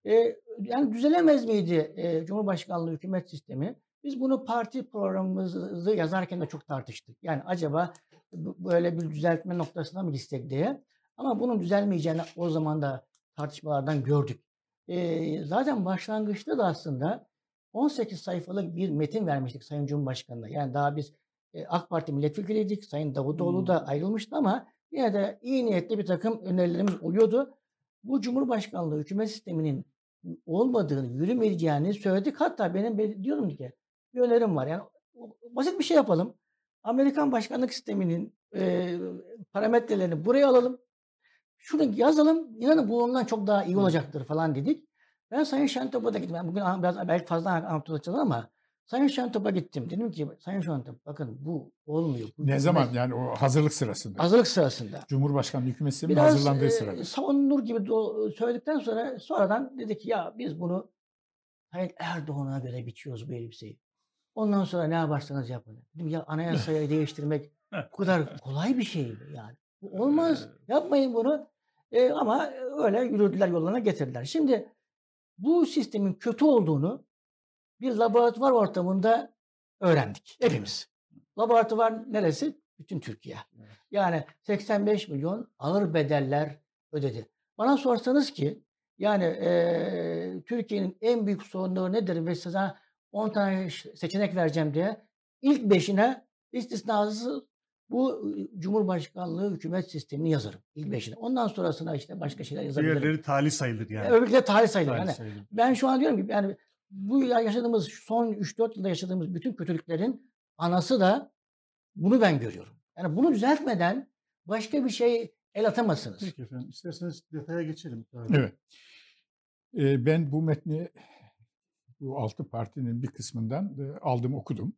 Speaker 2: Yani düzelemez miydi Cumhurbaşkanlığı hükümet sistemi? Biz bunu parti programımızı yazarken de çok tartıştık. Yani acaba böyle bir düzeltme noktasına mı gitsek diye. Ama bunun düzelmeyeceğini o zaman da tartışmalardan gördük. Zaten başlangıçta da aslında 18 sayfalık bir metin vermiştik Sayın Cumhurbaşkanı'na. Yani daha biz AK Parti milletvekiliydik. Sayın Davutoğlu da ayrılmıştı ama yine de iyi niyetli bir takım önerilerimiz oluyordu. Bu Cumhurbaşkanlığı hükümet sisteminin olmadığını, yürümeyeceğini söyledik. Hatta benim diyorum ki bir önerim var. Yani basit bir şey yapalım. Amerikan başkanlık sisteminin parametrelerini buraya alalım. Şunu yazalım. İnanın bu ondan çok daha iyi olacaktır falan dedik. Ben Sayın Şentop'a da gittim. Ben bugün biraz belki fazla anlatacağım ama Sayın Şentop'a gittim. Dedim ki Sayın Şentop bakın bu olmuyor. Bu
Speaker 3: ne zaman yani o hazırlık sırasında?
Speaker 2: Hazırlık sırasında.
Speaker 3: Cumhurbaşkanlığı hükümet sisteminin hazırlandığı sırada.
Speaker 2: Savunulur gibi söyledikten sonra sonradan dedi ki ya biz bunu Sayın Erdoğan'a göre biçiyoruz bu elbiseyi. Ondan sonra ne yaparsanız yapın. Dedim ya anayasayı değiştirmek bu kadar kolay bir şey mi yani? Bu olmaz. Yapmayın bunu. Ama öyle yürüdüler yollarına getirdiler. Şimdi bu sistemin kötü olduğunu bir laboratuvar ortamında öğrendik hepimiz. Laboratuvar neresi? Bütün Türkiye.
Speaker 3: Evet.
Speaker 2: Yani 85 milyon ağır bedeller ödedi. Bana sorsanız ki yani Türkiye'nin en büyük sorunları nedir ve size 10 tane seçenek vereceğim diye ilk 5'ine istisnasız bu Cumhurbaşkanlığı hükümet sistemini yazarım. İlk 5'ine. Ondan sonrasına işte başka şeyler yazabilirim.
Speaker 1: Diğerleri talih sayılır yani.
Speaker 2: Öbürleri tarih sayılır.
Speaker 1: Talih
Speaker 2: Yani
Speaker 1: sayılır.
Speaker 2: ben şu an diyorum ki yani bu yaşadığımız son 3-4 yılda yaşadığımız bütün kötülüklerin anası da bunu ben görüyorum. Yani bunu düzeltmeden başka bir şey el atamazsınız.
Speaker 1: Peki efendim. İsterseniz detaya geçelim.
Speaker 3: Evet. Ben bu metni bu 6 partinin bir kısmından aldım, okudum.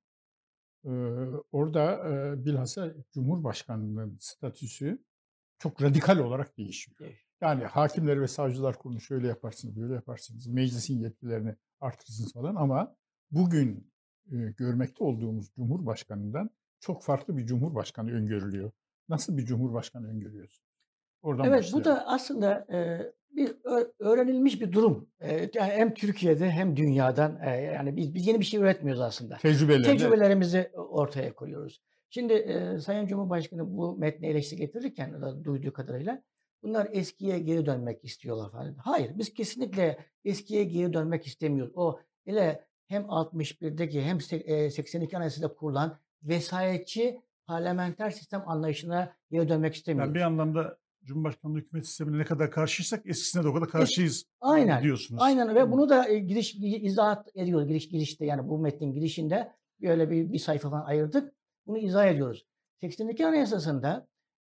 Speaker 3: Orada bilhassa Cumhurbaşkanlığının statüsü çok radikal olarak değişiyor.
Speaker 2: Evet.
Speaker 3: Yani Hakimler ve Savcılar Kurulu şöyle yaparsınız, böyle yaparsınız, meclisin yetkilerini artırırsınız falan, ama bugün görmekte olduğumuz Cumhurbaşkanı'ndan çok farklı bir Cumhurbaşkanı öngörülüyor. Nasıl bir Cumhurbaşkanı öngörüyorsun? Oradan
Speaker 2: Evet, bu
Speaker 3: başlayalım.
Speaker 2: da aslında bir öğrenilmiş bir durum. Yani hem Türkiye'de hem dünyadan yani biz yeni bir şey üretmiyoruz aslında. Tecrübelerimizi ortaya koyuyoruz. Şimdi Sayın Cumhurbaşkanı bu metni eleştiri getirirken duyduğu kadarıyla bunlar eskiye geri dönmek istiyorlar falan. Hayır, biz kesinlikle eskiye geri dönmek istemiyoruz. O ile hem 61'deki hem 82 Anayasası'da kurulan vesayetçi parlamenter sistem anlayışına geri dönmek istemiyoruz.
Speaker 1: Yani bir anlamda Cumhurbaşkanlığı hükümet sistemine ne kadar karşıysak eskisine de o kadar karşıyız diyorsunuz.
Speaker 2: Aynen ve bunu da izah ediyoruz girişte, yani bu metnin girişinde böyle bir sayfa falan ayırdık. Bunu izah ediyoruz. 82 Anayasası'nda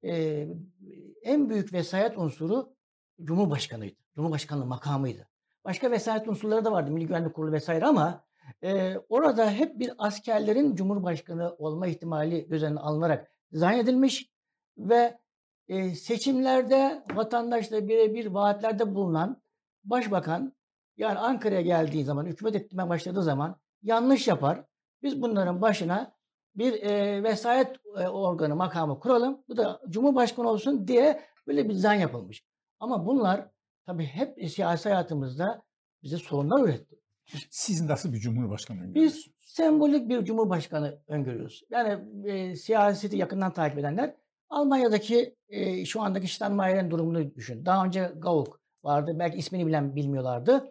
Speaker 2: en büyük vesayet unsuru Cumhurbaşkanıydı. Cumhurbaşkanlığı makamıydı. Başka vesayet unsurları da vardı. Milli Güvenlik Kurulu vesaire, ama orada hep bir askerlerin Cumhurbaşkanı olma ihtimali göz önüne alınarak dizayn edilmiş ve seçimlerde vatandaşla birebir vaatlerde bulunan başbakan, yani Ankara'ya geldiği zaman, hükümet etmeye başladığı zaman yanlış yapar. Biz bunların başına bir vesayet organı, makamı kuralım. Bu da Cumhurbaşkanı olsun diye böyle bir dizayn yapılmış. Ama bunlar tabii hep siyasi hayatımızda bize sorunlar üretti.
Speaker 3: Siz nasıl bir Cumhurbaşkanı öngörüyorsunuz?
Speaker 2: Biz sembolik bir Cumhurbaşkanı öngörüyoruz. Yani siyaseti yakından takip edenler Almanya'daki şu andaki Steinmeier'in durumunu düşün. Daha önce Gauck vardı. Belki ismini bilmiyorlardı.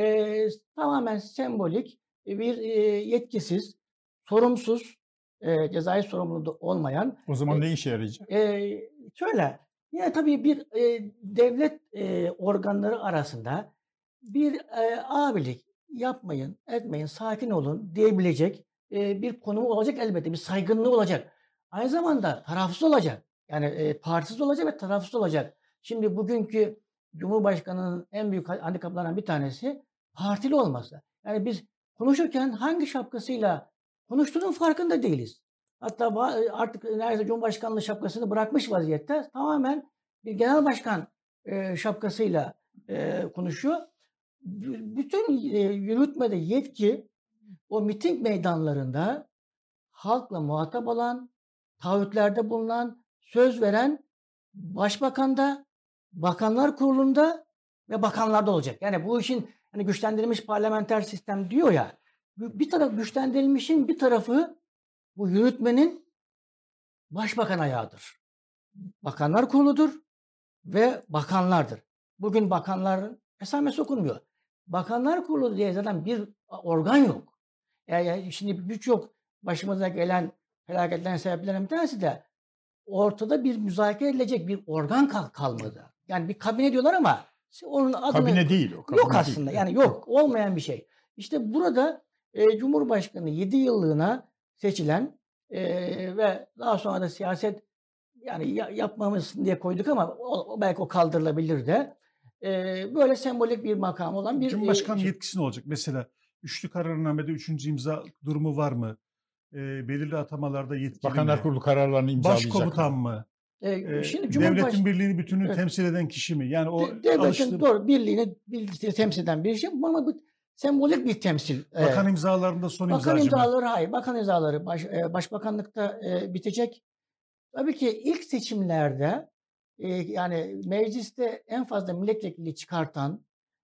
Speaker 2: Tamamen sembolik bir yetkisiz, sorumsuz, cezai sorumluluğu olmayan.
Speaker 3: O zaman ne işe yarayacak?
Speaker 2: Şöyle, yine tabii bir devlet organları arasında bir abilik yapmayın, etmeyin, sakin olun diyebilecek bir konumu olacak elbette. Bir saygınlığı olacak. Aynı zamanda tarafsız olacak. Yani partisiz olacak ve tarafsız olacak. Şimdi bugünkü Cumhurbaşkanı'nın en büyük handikaplarından bir tanesi partili olması. Yani biz konuşurken hangi şapkasıyla konuştuğunun farkında değiliz. Hatta artık neredeyse Cumhurbaşkanlığı şapkasını bırakmış vaziyette. Tamamen bir genel başkan şapkasıyla konuşuyor. Bütün yürütmede yetki o miting meydanlarında halkla muhatap olan, taahhütlerde bulunan, söz veren başbakanda, bakanlar kurulunda ve bakanlarda olacak. Yani bu işin hani güçlendirilmiş parlamenter sistem diyor ya, bir taraf güçlendirilmişin bir tarafı bu yürütmenin başbakan ayağıdır. Bakanlar kuruludur ve bakanlardır. Bugün bakanların esamesi okunmuyor. Bakanlar Kurulu diye zaten bir organ yok. Yani şimdi birçok başımıza gelen felaketlerin sebeplerinden bir tanesi de ortada bir müzakere edilecek bir organ kalmadı. Yani bir kabine diyorlar ama onun adını...
Speaker 3: Kabine değil o. Kabine
Speaker 2: yok aslında. Değil. Yani yok. Olmayan bir şey. İşte burada Cumhurbaşkanı 7 yıllığına seçilen ve daha sonra da siyaset yani yapmamız diye koyduk ama belki o kaldırılabilir de. Böyle sembolik bir makam olan bir...
Speaker 1: Cumhurbaşkanı yetkisi ne olacak? Mesela üçlü kararnamede 3. imza durumu var mı? Belirli atamalarda yetkili
Speaker 3: Bakanlar Kurulu kararlarını imzalayacak.
Speaker 1: Başkomutan mı?
Speaker 2: Şimdi
Speaker 1: devletin birliğini, bütününü temsil eden kişi mi? Yani o
Speaker 2: devletin doğru birliğini temsil eden bir şey ama bu sembolik bir temsil.
Speaker 1: Bakan imzalarında son imzacı mı?
Speaker 2: Bakan imzaları hayır. Bakan imzaları başbakanlıkta bitecek. Tabii ki ilk seçimlerde yani mecliste en fazla milletvekili çıkartan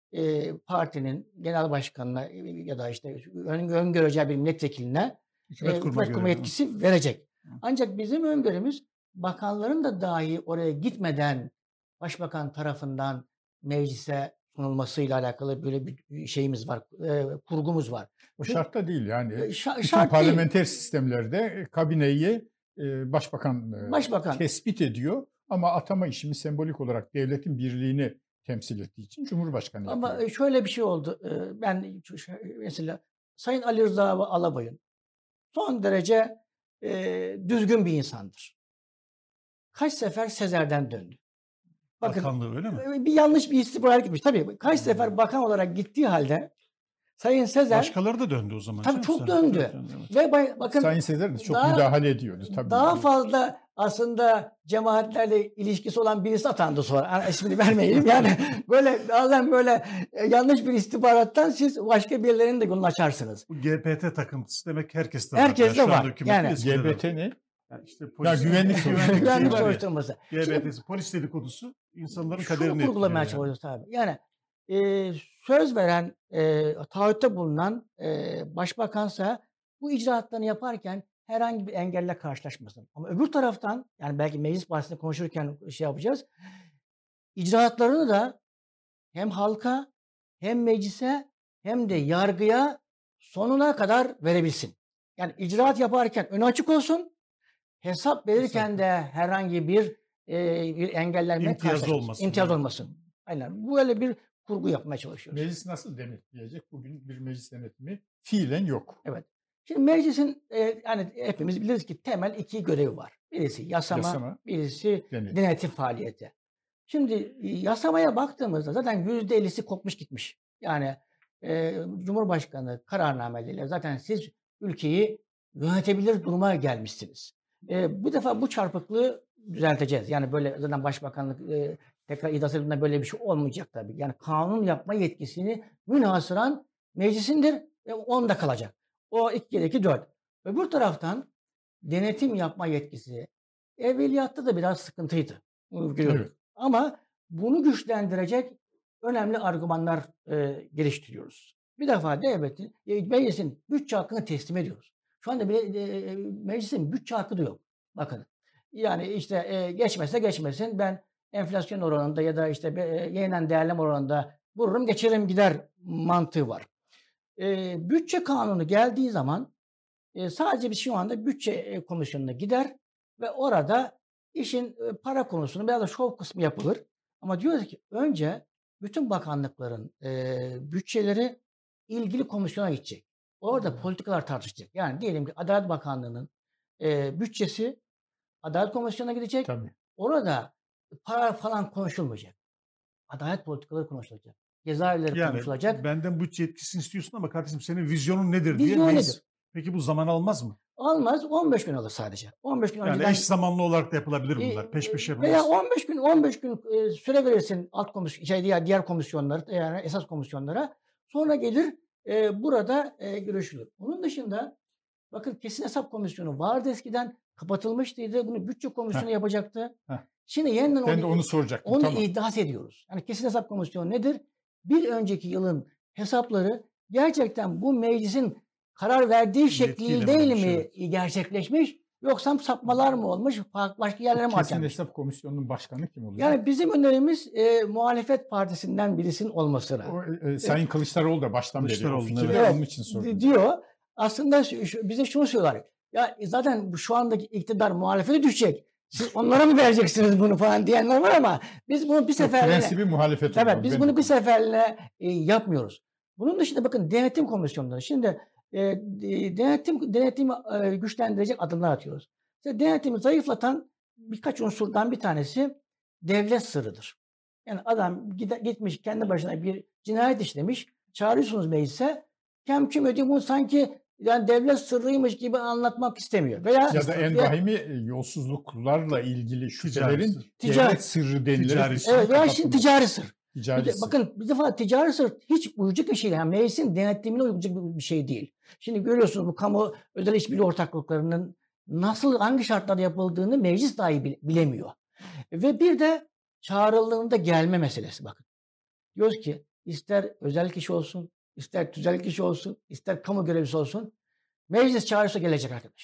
Speaker 2: partinin genel başkanına ya da işte öngöreceği bir milletvekiline hükümet kurma yetkisi verecek. Ancak bizim öngörümüz bakanların da dahi oraya gitmeden başbakan tarafından meclise sunulmasıyla alakalı böyle bir şeyimiz var, kurgumuz var.
Speaker 3: O şartta değil yani. Bütün
Speaker 2: Şart değil.
Speaker 3: parlamenter sistemlerde kabineyi başbakan
Speaker 2: Başbakan.
Speaker 3: tespit ediyor ama atama işimi sembolik olarak devletin birliğini temsil ettiği için Cumhurbaşkanı yapıyor.
Speaker 2: Ama şöyle bir şey oldu. Ben mesela Sayın Ali Rıza Alabay'ın son derece düzgün bir insandır. Kaç sefer Sezer'den döndü. Bakın,
Speaker 1: Bakanlığı öyle mi?
Speaker 2: bir yanlış bir istihbarat gitmiş. Tabii kaç sefer bakan olarak gittiği halde Sayın Sezer
Speaker 1: Başkaları da döndü o zaman.
Speaker 2: tabii çok döndü.
Speaker 1: Evet.
Speaker 2: Ve bakın
Speaker 3: Sayın Sezer de çok
Speaker 2: daha-
Speaker 3: müdahale ediyordu. Tabii.
Speaker 2: daha fazla aslında cemaatlerle ilişkisi olan birisi atandı sonra. Yani ismini vermeyelim. Yani böyle bazen böyle yanlış bir istihbarattan siz başka birilerinin de yolunu açarsınız.
Speaker 1: Bu GPT takıntısı demek herkeste
Speaker 2: Herkeste
Speaker 1: Şu anda
Speaker 2: var.
Speaker 1: hükümetin
Speaker 2: Yani
Speaker 1: eskide de var.
Speaker 3: GBT ne?
Speaker 1: Yani işte
Speaker 3: Ya güvenlik
Speaker 2: Güvenlik
Speaker 1: var ya,
Speaker 2: soruşturması.
Speaker 1: GBT'si, polis dedikodusu insanların
Speaker 2: Şunu
Speaker 1: kaderini
Speaker 2: kurgulamaya
Speaker 1: etkiliyor yani.
Speaker 2: çalışıyoruz abi. Yani söz veren, taahhütte bulunan başbakansa bu icraatlarını yaparken herhangi bir engelle karşılaşmasın. Ama öbür taraftan yani belki meclis bahsinde konuşurken şey yapacağız. İcraatlarını da hem halka hem meclise hem de yargıya sonuna kadar verebilsin. Yani icraat yaparken önü açık olsun. Hesap verirken de herhangi bir engellenme
Speaker 1: İmtiyaz olmasın.
Speaker 2: İmtiyaz olmasın. Aynen. Böyle bir kurgu yapmaya çalışıyoruz.
Speaker 3: Meclis nasıl denetleyecek? Bugün bir meclis denetimi fiilen yok.
Speaker 2: Evet. Şimdi meclisin yani hepimiz biliriz ki temel iki görevi var. Birisi yasama, birisi denetim faaliyeti. Şimdi yasamaya baktığımızda zaten %50'si kopmuş gitmiş. Yani Cumhurbaşkanı kararnameleriyle zaten siz ülkeyi yönetebilir duruma gelmişsiniz. Bu defa bu çarpıklığı düzelteceğiz. Yani böyle zaten başbakanlık tekrar iddiası edildiğinde böyle bir şey olmayacak tabii. Yani kanun yapma yetkisini münhasıran meclisindir ve onda kalacak. O 2 kere 2 4. Öbür taraftan denetim yapma yetkisi evveliyatta da biraz sıkıntıydı.
Speaker 3: Evet.
Speaker 2: Ama bunu güçlendirecek önemli argümanlar geliştiriyoruz. Bir defa devletin, meclisin bütçe hakkını teslim ediyoruz. Şu anda bile meclisin bütçe hakkı da yok. Bakın. Yani işte geçmese geçmesin ben enflasyon oranında ya da işte yeniden değerleme oranında vururum geçiririm gider mantığı var. Bütçe kanunu geldiği zaman sadece biz şu anda bütçe komisyonuna gider ve orada işin para konusunu biraz da şov kısmı yapılır. Ama diyoruz ki önce bütün bakanlıkların bütçeleri ilgili komisyona gidecek. Orada politikalar tartışacak. Yani diyelim ki Adalet Bakanlığı'nın bütçesi Adalet Komisyonu'na gidecek.
Speaker 3: Tabii.
Speaker 2: Orada para falan konuşulmayacak. Adalet politikaları konuşulacak. Cezaevleri konuşulacak.
Speaker 1: Benden bütçe yetkisini istiyorsun ama kardeşim senin vizyonun nedir diye.
Speaker 2: Vizyon nedir?
Speaker 1: Peki bu zaman almaz mı?
Speaker 2: Almaz. 15 gün alır sadece. 15 gün
Speaker 1: yani
Speaker 2: önceden,
Speaker 1: eş zamanlı olarak da yapılabilir bunlar. Peş peşe yapılmaz.
Speaker 2: Veya 15 gün süre verirsin alt komisyon diğer komisyonlara yani esas komisyonlara. Sonra gelir burada görüşülür. Onun dışında bakın kesin hesap komisyonu vardı eskiden kapatılmıştı. Bunu bütçe komisyonu yapacaktı. Şimdi yeniden
Speaker 3: ben de onu soracaktım.
Speaker 2: Onu
Speaker 3: tamam.
Speaker 2: iddias ediyoruz. Yani kesin hesap komisyonu nedir? Bir önceki yılın hesapları gerçekten bu meclisin karar verdiği şekliyle değil mi gerçekleşmiş? Yoksa sapmalar mı olmuş? Başka yerlere mi
Speaker 3: Kesin
Speaker 2: harcanmış?
Speaker 3: hesap komisyonunun başkanı kim olacak?
Speaker 2: Yani bizim önerimiz muhalefet partisinden birisinin olmasına.
Speaker 3: Sayın Kılıçdaroğlu da baştan beri o fikri onun için soruyor.
Speaker 2: Diyor. Aslında bize şunu söylüyorlar. Ya zaten şu andaki iktidar muhalefete düşecek. Siz onlara mı vereceksiniz bunu falan diyenler var ama biz bunu bir seferliğine...
Speaker 3: Prensibi muhalefet
Speaker 2: Evet, biz bunu bir seferliğine yapmıyoruz. Bunun dışında bakın denetim komisyonları. Şimdi denetimi güçlendirecek adımlar atıyoruz. İşte denetimi zayıflatan birkaç unsurdan bir tanesi devlet sırrıdır. Yani adam gitmiş kendi başına bir cinayet işlemiş. Çağırıyorsunuz meclise. Kim ödüyor bunu sanki yani devlet sırrıymış gibi anlatmak istemiyor. Veya
Speaker 3: ya da en vahimi yolsuzluklarla ilgili şüphelerin devlet sırrı denilerek.
Speaker 2: Evet veya şimdi ticari sır.
Speaker 3: Sır.
Speaker 2: Bakın bir defa ticari sır hiç uyacak bir şey değil. Yani meclisin denetimine uyacak bir şey değil. Şimdi görüyorsunuz bu kamu özel işbirliği ortaklıklarının nasıl hangi şartlarda yapıldığını meclis dahi bilemiyor. Ve bir de çağrıldığında gelme meselesi bakın. Diyoruz ki ister özel kişi olsun, ister tüzel kişi olsun, ister kamu görevlisi olsun meclis çağırırsa gelecek arkadaş.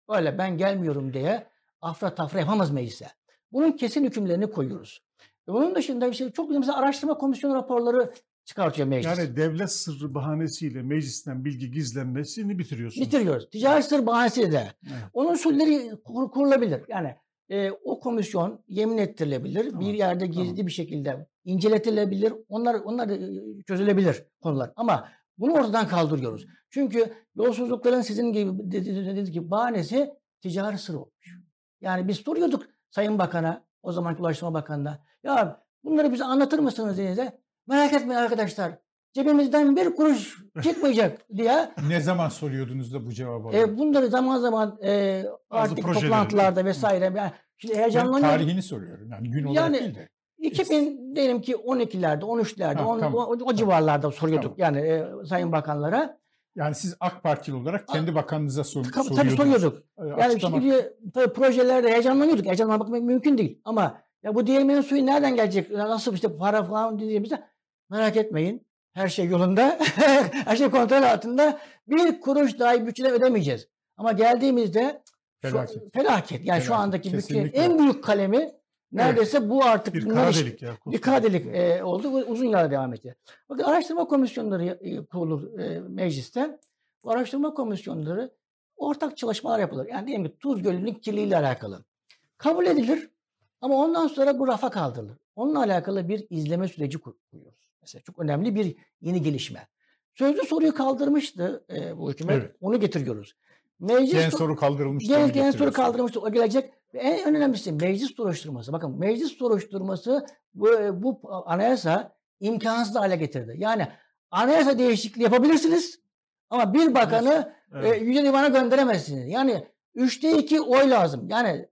Speaker 2: Öyle ben gelmiyorum diye afra tafra yapamaz meclise. Bunun kesin hükümlerini koyuyoruz. Bunun dışında işte çok güzel mesela araştırma komisyonu raporları çıkartıyor meclis.
Speaker 1: Yani devlet sırrı bahanesiyle meclisten bilgi gizlenmesini bitiriyorsunuz.
Speaker 2: Bitiriyoruz. Ticari sır bahanesiyle de.
Speaker 1: Evet.
Speaker 2: Onun usulleri kurulabilir. Yani o komisyon yemin ettirilebilir.
Speaker 1: Tamam,
Speaker 2: Bir yerde gizli
Speaker 1: tamam.
Speaker 2: bir şekilde inceletilebilir. Onlar çözülebilir konular. Ama bunu ortadan kaldırıyoruz. Çünkü yolsuzlukların sizin gibi dediğiniz gibi bahanesi ticari sır olmuş. Yani biz soruyorduk Sayın Bakan'a, o zamanki Ulaştırma Bakanı'na. Ya bunları bize anlatır mısınız dediğinizde merak etmeyin arkadaşlar. Cebimizden bir kuruş çıkmayacak diye.
Speaker 3: Ne zaman soruyordunuz da bu cevabı alıyordunuz?
Speaker 2: Bunları zaman zaman artık
Speaker 1: projeleri.
Speaker 2: toplantılarda vesaire. Yani şimdi
Speaker 3: Ben
Speaker 2: heyecanlanıyorum.
Speaker 3: tarihini soruyorum. Yani gün olarak
Speaker 2: Yani
Speaker 3: değil de.
Speaker 2: 2000 diyelim ki 12'lerde, 13'lerde,
Speaker 3: Ha, tamam.
Speaker 2: o civarlarda soruyorduk
Speaker 3: Tamam.
Speaker 2: yani Sayın Bakanlara.
Speaker 3: Yani siz AK Partili olarak kendi bakanınıza soruyordunuz.
Speaker 2: Tabii soruyorduk. Yani
Speaker 3: Açıklamak.
Speaker 2: şimdi tabii projelerde heyecanlanıyorduk. Heyecanlanmak mümkün değil. Ama ya bu değirmenin suyu nereden gelecek? Nasıl işte para falan dediğimizde merak etmeyin. Her şey yolunda. Her şey kontrol altında. Bir kuruş dahi bütçeden ödemeyeceğiz. Ama geldiğimizde felaket. Yani şu andaki bütçenin en büyük kalemi neredeyse bu artık.
Speaker 1: Bir kara delik ya.
Speaker 2: Bir kara delik oldu. Uzun yıllar devam etti. Bakın araştırma komisyonları kurulur mecliste. Bu araştırma komisyonları ortak çalışmalar yapılır. Yani diyelim ki Tuz Gölü'nün kirliliğiyle alakalı. Kabul edilir ama ondan sonra bu rafa kaldırılır. Onunla alakalı bir izleme süreci kuruyoruz. Mesela çok önemli bir yeni gelişme. Sözlü soruyu kaldırmıştı bu hükümet. Evet. Onu getiriyoruz.
Speaker 3: Gen soru kaldırılmıştı.
Speaker 2: Gen soru kaldırılmıştı. O gelecek. Ve en önemlisi meclis soruşturması. Bakın meclis soruşturması bu anayasa imkansız hale getirdi. Yani anayasa değişikliği yapabilirsiniz ama bir bakanı Yüce Divan'a gönderemezsiniz. Yani 3'te 2 oy lazım. Yani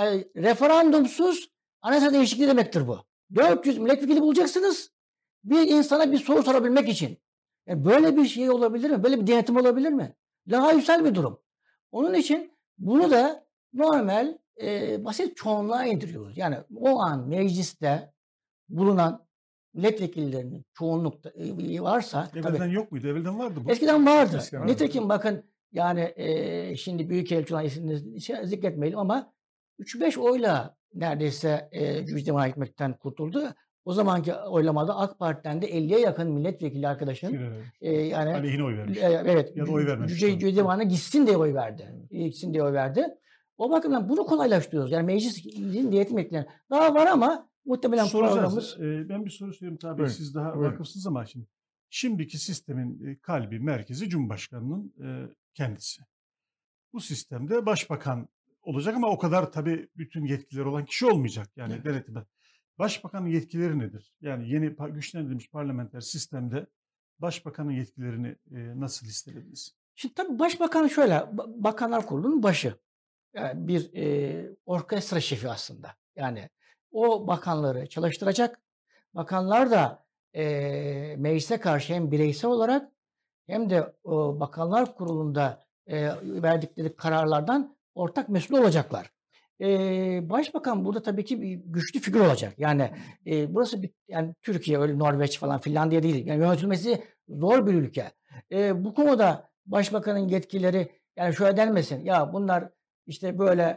Speaker 2: referandumsuz anayasa değişikliği demektir bu. 400 milletvekili bulacaksınız. Bir insana bir soru sorabilmek için. Yani böyle bir şey olabilir mi? Böyle bir denetim olabilir mi? Lahayüsel bir durum. Onun için bunu da normal basit çoğunluğa indiriyoruz. Yani o an mecliste bulunan milletvekillerinin çoğunlukta varsa.
Speaker 1: Evvelden
Speaker 2: tabii,
Speaker 1: yok muydu? Evvelden vardı bu.
Speaker 2: Eskiden vardı. Nitekim bakın yani şimdi Büyükelçi olan isimleri zikretmeyelim ama 3-5 oyla neredeyse Yüce Divan'a gitmekten kurtuldu. O zamanki oylamada AK Parti'den de 50'ye yakın milletvekili arkadaşın yani
Speaker 1: aleyhine oy vermiş.
Speaker 2: Evet.
Speaker 1: Ya da oy vermemiş.
Speaker 2: Yüce Divan'a gitsin diye oy verdi. Gitsin diye oy verdi. O bakımdan bunu kolaylaştırıyoruz. Yani meclisin denetim ekleyen daha var ama muhtemelen programımız.
Speaker 1: Ben bir soru sorayım tabii. Siz daha vakıfsınız ama şimdiki sistemin kalbi, merkezi Cumhurbaşkanı'nın kendisi. Bu sistemde başbakan olacak ama o kadar tabii bütün yetkileri olan kişi olmayacak. Yani denetime. Başbakanın yetkileri nedir? Yani yeni güçlendirilmiş parlamenter sistemde başbakanın yetkilerini nasıl listelediniz?
Speaker 2: Şimdi tabii başbakan şöyle, Bakanlar Kurulu'nun başı. Yani bir orkestra şefi aslında. Yani o bakanları çalıştıracak. Bakanlar da meclise karşı hem bireysel olarak hem de o Bakanlar Kurulu'nda verdikleri kararlardan ortak mesul olacaklar. Başbakan burada tabii ki bir güçlü figür olacak. Yani burası yani Türkiye öyle Norveç falan Finlandiya değil. Yani yönetilmesi zor bir ülke. Bu konuda başbakanın yetkileri yani şöyle denmesin. Ya bunlar işte böyle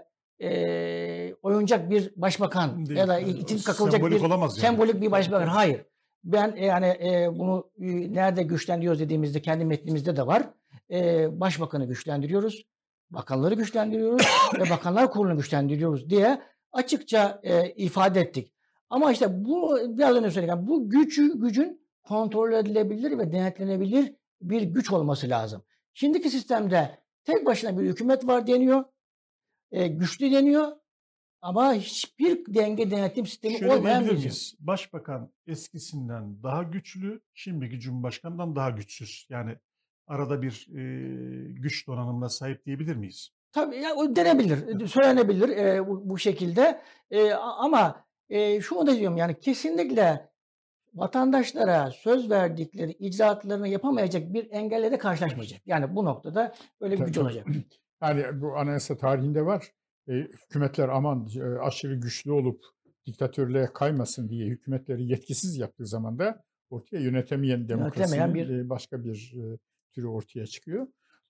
Speaker 2: oyuncak bir başbakan değil, ya da itip kakılacak bir sembolik bir başbakan. Hayır. Ben yani bunu nerede güçlendiriyoruz dediğimizde kendi metnimizde de var. Başbakanı güçlendiriyoruz. Bakanları güçlendiriyoruz ve Bakanlar Kurulu'nu güçlendiriyoruz diye açıkça ifade ettik. Ama işte bu biraz önce söyledim. Bu gücün kontrol edilebilir ve denetlenebilir bir güç olması lazım. Şimdiki sistemde tek başına bir hükümet var deniyor. Güçlü deniyor. Ama hiçbir denge denetim sistemi olmayan bir şey.
Speaker 1: Başbakan eskisinden daha güçlü, şimdiki Cumhurbaşkanı'ndan daha güçsüz. Yani arada bir güç donanımına sahip diyebilir miyiz?
Speaker 2: Tabii ya, o denebilir, söylenebilir bu şekilde. Ama şunu da diyorum yani kesinlikle vatandaşlara söz verdikleri icraatlarını yapamayacak bir engelle de karşılaşmayacak. Yani bu noktada böyle bir güç olacak.
Speaker 3: Yani bu anayasa tarihinde var. Hükümetler aman aşırı güçlü olup diktatörlüğe kaymasın diye hükümetleri yetkisiz yaptığı zaman da ortaya yönetemeyen demokrasinin başka bir türü ortaya çıkıyor.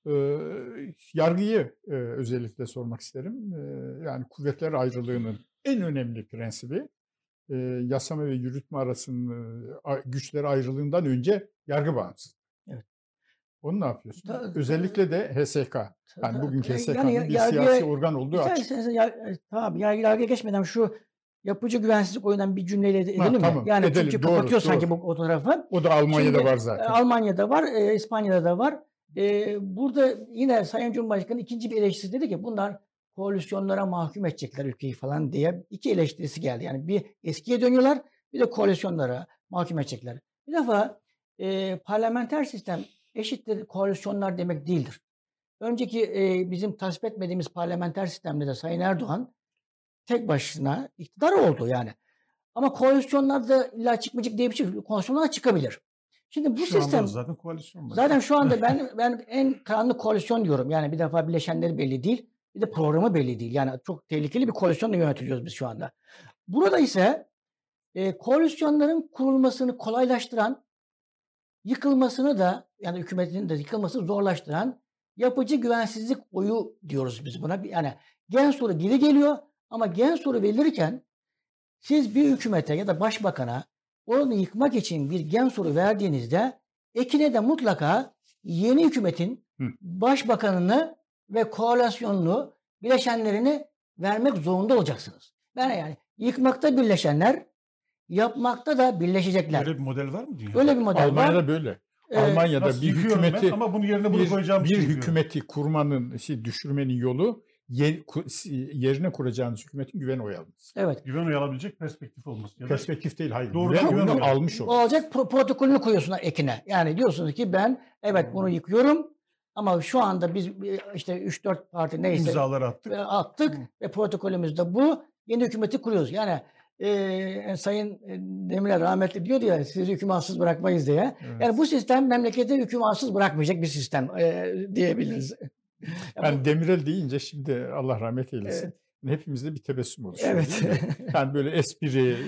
Speaker 3: Yargıyı özellikle sormak isterim. Yani kuvvetler ayrılığının en önemli prensibi yasama ve yürütme arasının güçler ayrılığından önce yargı bağımsız.
Speaker 2: Evet.
Speaker 3: Onu ne yapıyorsun? Özellikle de HSK. Yani bugünkü HSK'nın
Speaker 2: Yani
Speaker 3: bir siyasi organ olduğu açık.
Speaker 2: Tamam, yargıya geçmeden şu yapıcı güvensizlik oyundan bir cümleyle edelim mi?
Speaker 3: Tamam,
Speaker 2: Yani
Speaker 3: edelim,
Speaker 2: çünkü
Speaker 3: doğru,
Speaker 2: kapatıyor
Speaker 3: doğru.
Speaker 2: sanki o tarafı.
Speaker 3: O da Almanya'da
Speaker 2: Şimdi,
Speaker 3: var zaten.
Speaker 2: Almanya'da var, İspanya'da da var. Burada yine Sayın Cumhurbaşkanı ikinci bir eleştirisi dedi ki bunlar koalisyonlara mahkum edecekler ülkeyi falan diye iki eleştirisi geldi. Yani bir eskiye dönüyorlar, bir de koalisyonlara mahkum edecekler. Bir defa parlamenter sistem eşittir koalisyonlar demek değildir. Önceki bizim tasvip etmediğimiz parlamenter sistemde de Sayın Erdoğan tek başına iktidar oldu yani. Ama koalisyonlarda illa çıkmayacak diye bir şey yok. Koalisyonlar çıkabilir. Şimdi bu
Speaker 1: Şu
Speaker 2: sistem
Speaker 1: anda zaten koalisyon var.
Speaker 2: zaten şu anda ben en karanlık koalisyon diyorum. Yani bir defa bileşenleri belli değil. Bir de programı belli değil. Yani çok tehlikeli bir koalisyonla yönetiliyoruz biz şu anda. Burada ise koalisyonların kurulmasını kolaylaştıran, yıkılmasını da yani hükümetin de yıkılmasını zorlaştıran yapıcı güvensizlik oyu diyoruz biz buna. Yani gen soru geri geliyor ama gen soru verilirken siz bir hükümete ya da başbakana onu yıkmak için bir gen soru verdiğinizde ekine de mutlaka yeni hükümetin başbakanını ve koalisyonunu, bileşenlerini vermek zorunda olacaksınız. Yani yıkmakta birleşenler, yapmakta da birleşecekler.
Speaker 1: Öyle bir model var mı dünyada?
Speaker 2: Öyle bir model
Speaker 3: Almanya'da
Speaker 2: var.
Speaker 3: böyle. Almanya'da bir hükümeti
Speaker 1: ama bunun yerine bunu koyacağım
Speaker 3: bir hükümeti kurmanın, düşürmenin yolu yerine kuracağınız hükümetin güven oyu alması.
Speaker 2: Evet.
Speaker 1: Güven oyu alabilecek perspektif olması. Ya da
Speaker 3: perspektif değil, hayır.
Speaker 1: Doğru,
Speaker 3: güven
Speaker 1: oyu
Speaker 3: almış olur.
Speaker 2: Olacak protokolünü koyuyorsunuz ekine. Yani diyorsunuz ki ben bunu yıkıyorum ama şu anda biz işte 3-4 parti neyse
Speaker 1: imzaları attık.
Speaker 2: Ve protokolümüzde bu. Yeni hükümeti kuruyoruz. Yani Sayın Demirel rahmetli diyordu ya sizi hükümatsız bırakmayız diye. Evet. Yani bu sistem memleketi hükümatsız bırakmayacak bir sistem diyebiliriz.
Speaker 3: Yani Demirel deyince şimdi Allah rahmet eylesin. Evet. Hepimizde bir tebessüm oluşuyor.
Speaker 2: Evet.
Speaker 3: Yani böyle espri,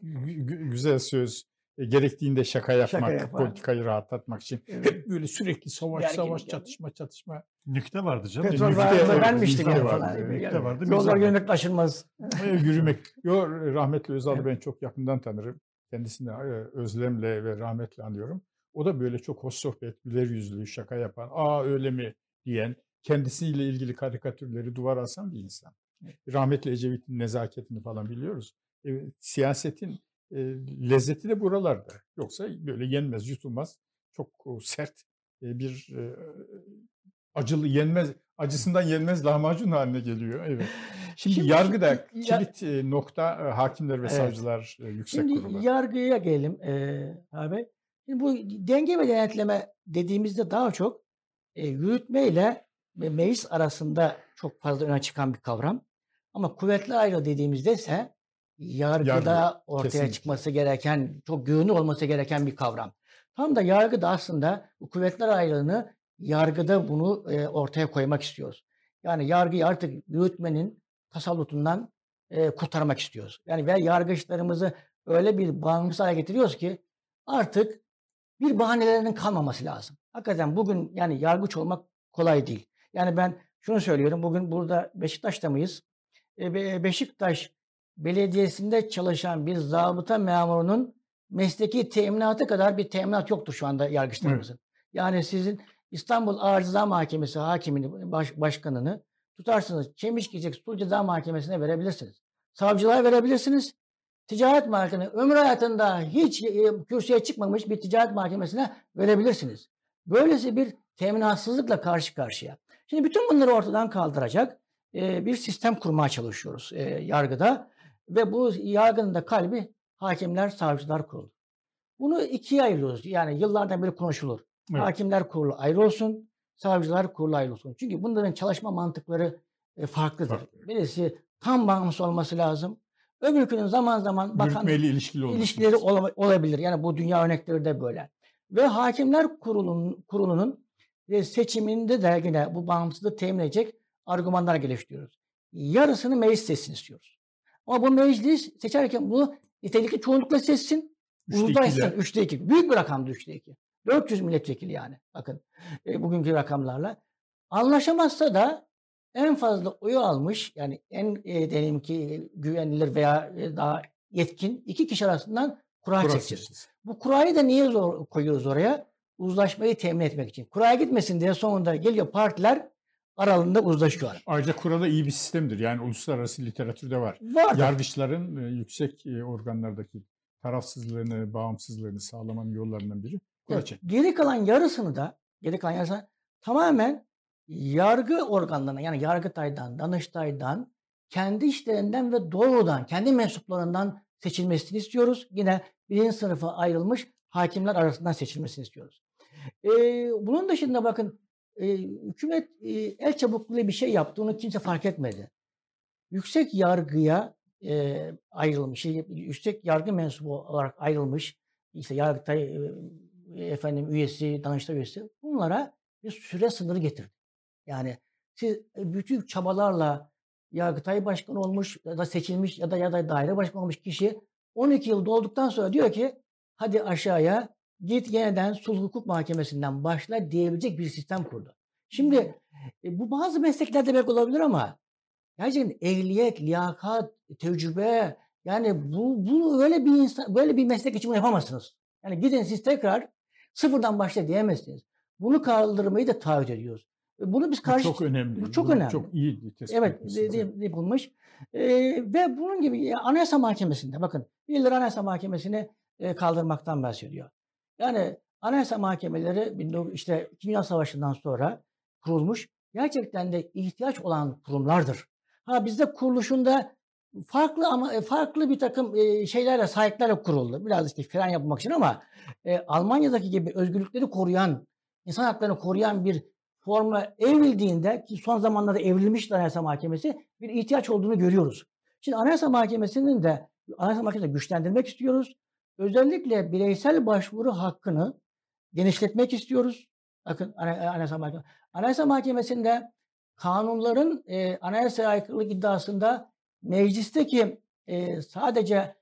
Speaker 3: güzel söz, gerektiğinde şaka yapmak, politikayı rahatlatmak için. Evet. Hep böyle sürekli savaş, çatışma.
Speaker 1: Nükte vardı canım.
Speaker 2: Petrol vardı, vermiştik falan.
Speaker 1: Nükte vardı.
Speaker 2: Yollar yürümek aşılmaz.
Speaker 3: Yürümek. Rahmetli Özal'ı ben çok yakından tanırım. Kendisini özlemle ve rahmetle anıyorum. O da böyle çok hoş sohbet, güler yüzlü, şaka yapan, öyle mi diyen, kendisiyle ilgili karikatürleri duvara asan bir insan. Rahmetli Ecevit'in nezaketini falan biliyoruz. Siyasetin lezzeti de buralarda. Yoksa böyle yenmez, yutulmaz, çok sert bir acısından yenmez lahmacun haline geliyor. Evet. Şimdi yargıda kilit nokta hakimler ve savcılar yüksek kurulu.
Speaker 2: Şimdi yargıya gelelim abi. Şimdi bu denge ve denetleme dediğimizde daha çok yürütme ile meclis arasında çok fazla öne çıkan bir kavram. Ama kuvvetler ayrılığı dediğimizde ise yargıda ortaya kesinlikle çıkması gereken, çok güvenli olması gereken bir kavram. Tam da yargıda aslında bu kuvvetler ayrılığını yargıda bunu ortaya koymak istiyoruz. Yani yargıyı artık yürütmenin tasallutundan kurtarmak istiyoruz. Yani ve yargıçlarımızı öyle bir bağımsız hale getiriyoruz ki artık bir bahanelerinin kalmaması lazım. Hakikaten bugün yani yargıç olmak kolay değil. Yani ben şunu söylüyorum. Bugün burada Beşiktaş'ta mıyız? Beşiktaş Belediyesi'nde çalışan bir zabıta memurunun mesleki teminatı kadar bir teminat yoktur şu anda yargıçlarımızın. Evet. Yani sizin İstanbul Ağır Ceza Mahkemesi hakimini, başkanını tutarsınız. Çemişkecik Sulh Ceza Mahkemesi'ne verebilirsiniz. Savcılığa verebilirsiniz. Ticaret mahkemesi, ömrü hayatında hiç kürsüye çıkmamış bir ticaret mahkemesine verebilirsiniz. Böylesi bir teminatsızlıkla karşı karşıya. Şimdi bütün bunları ortadan kaldıracak bir sistem kurmaya çalışıyoruz yargıda. Ve bu yargının da kalbi Hakimler Savcılar Kurulu. Bunu ikiye ayırıyoruz. Yani yıllardan beri konuşulur. Evet. Hakimler Kurulu ayrı olsun, Savcılar Kurulu ayrı olsun. Çünkü bunların çalışma mantıkları farklıdır. Birisi tam bağımsız olması lazım. Öbürkünün zaman zaman
Speaker 3: yürütmeyle
Speaker 2: ilişkileri olabilir. Yani bu dünya örnekleri de böyle. Ve Hakimler Kurulu'nun seçiminde de yine bu bağımsızlığı temin edecek argümanlar geliştiriyoruz. Yarısını meclis seçsin istiyoruz. Ama bu meclis seçerken bunu nitelikli çoğunlukla seçsin. Uzlaşsın. 3'te 2. Büyük bir rakamdı 3'te 2. 400 milletvekili yani. Bakın bugünkü rakamlarla. Anlaşamazsa da en fazla oyu almış, yani en diyelim ki güvenilir veya daha yetkin iki kişi arasından kura çekeceğiz.
Speaker 3: seçeceğiz.
Speaker 2: Bu kurayı da niye koyuyoruz oraya? Uzlaşmayı temin etmek için. Kuraya gitmesin diye sonunda geliyor partiler aralarında uzlaşıyorlar.
Speaker 3: Ayrıca kurada iyi bir sistemdir. Yani uluslararası literatürde var.
Speaker 2: Vardır.
Speaker 3: Yargıçların yüksek organlardaki tarafsızlığını, bağımsızlığını sağlamanın yollarından biri kura
Speaker 2: Evet,
Speaker 3: çekmek.
Speaker 2: geri kalan yarısını tamamen yargı organlarına, yani Yargıtay'dan, Danıştay'dan, kendi işlerinden ve doğrudan kendi mensuplarından seçilmesini istiyoruz. Yine birinci sınıfa ayrılmış hakimler arasından seçilmesini istiyoruz. Bunun dışında bakın hükümet el çabukluğuyla bir şey yaptı. Onu kimse fark etmedi. Yüksek yargıya ayrılmış, yüksek yargı mensubu olarak ayrılmış, işte Yargıtay üyesi, Danıştay üyesi, bunlara bir süre sınırı getirdi. Yani siz bütün çabalarla Yargıtay başkanı olmuş ya da seçilmiş ya da daire başkanı olmuş kişi 12 yıl dolduktan sonra diyor ki hadi aşağıya git yeniden sulh hukuk mahkemesinden başla diyebilecek bir sistem kurdu. Şimdi bu bazı mesleklerde belki olabilir ama gerçekten ehliyet, liyakat, tecrübe, yani bu öyle bir insan, böyle bir meslek için bunu yapamazsınız. Yani gidin siz tekrar sıfırdan başla diyemezsiniz. Bunu kaldırmayı da taahhüt ediyoruz. Bunu biz karşı...
Speaker 3: Çok önemli.
Speaker 2: Bu çok önemli.
Speaker 3: Çok iyi tespit
Speaker 2: Evet,
Speaker 3: etmişsiniz.
Speaker 2: yapılmış. Ve bunun gibi Anayasa Mahkemesi'nde bakın, birileri Anayasa Mahkemesi'ni kaldırmaktan bahsediyor. Yani Anayasa Mahkemeleri işte 2. Dünya Savaşı'ndan sonra kurulmuş, gerçekten de ihtiyaç olan kurumlardır. Bizde kuruluşunda farklı ama farklı bir takım şeylerle, sahiplerle kuruldu. Biraz işte fren yapmak için ama Almanya'daki gibi özgürlükleri koruyan, insan haklarını koruyan bir forma evrildiğinde, ki son zamanlarda evrilmişti Anayasa Mahkemesi, bir ihtiyaç olduğunu görüyoruz. Şimdi Anayasa Mahkemesi'ni güçlendirmek istiyoruz. Özellikle bireysel başvuru hakkını genişletmek istiyoruz. Bakın Anayasa Mahkemesi'nde kanunların anayasaya aykırılık iddiasında meclisteki sadece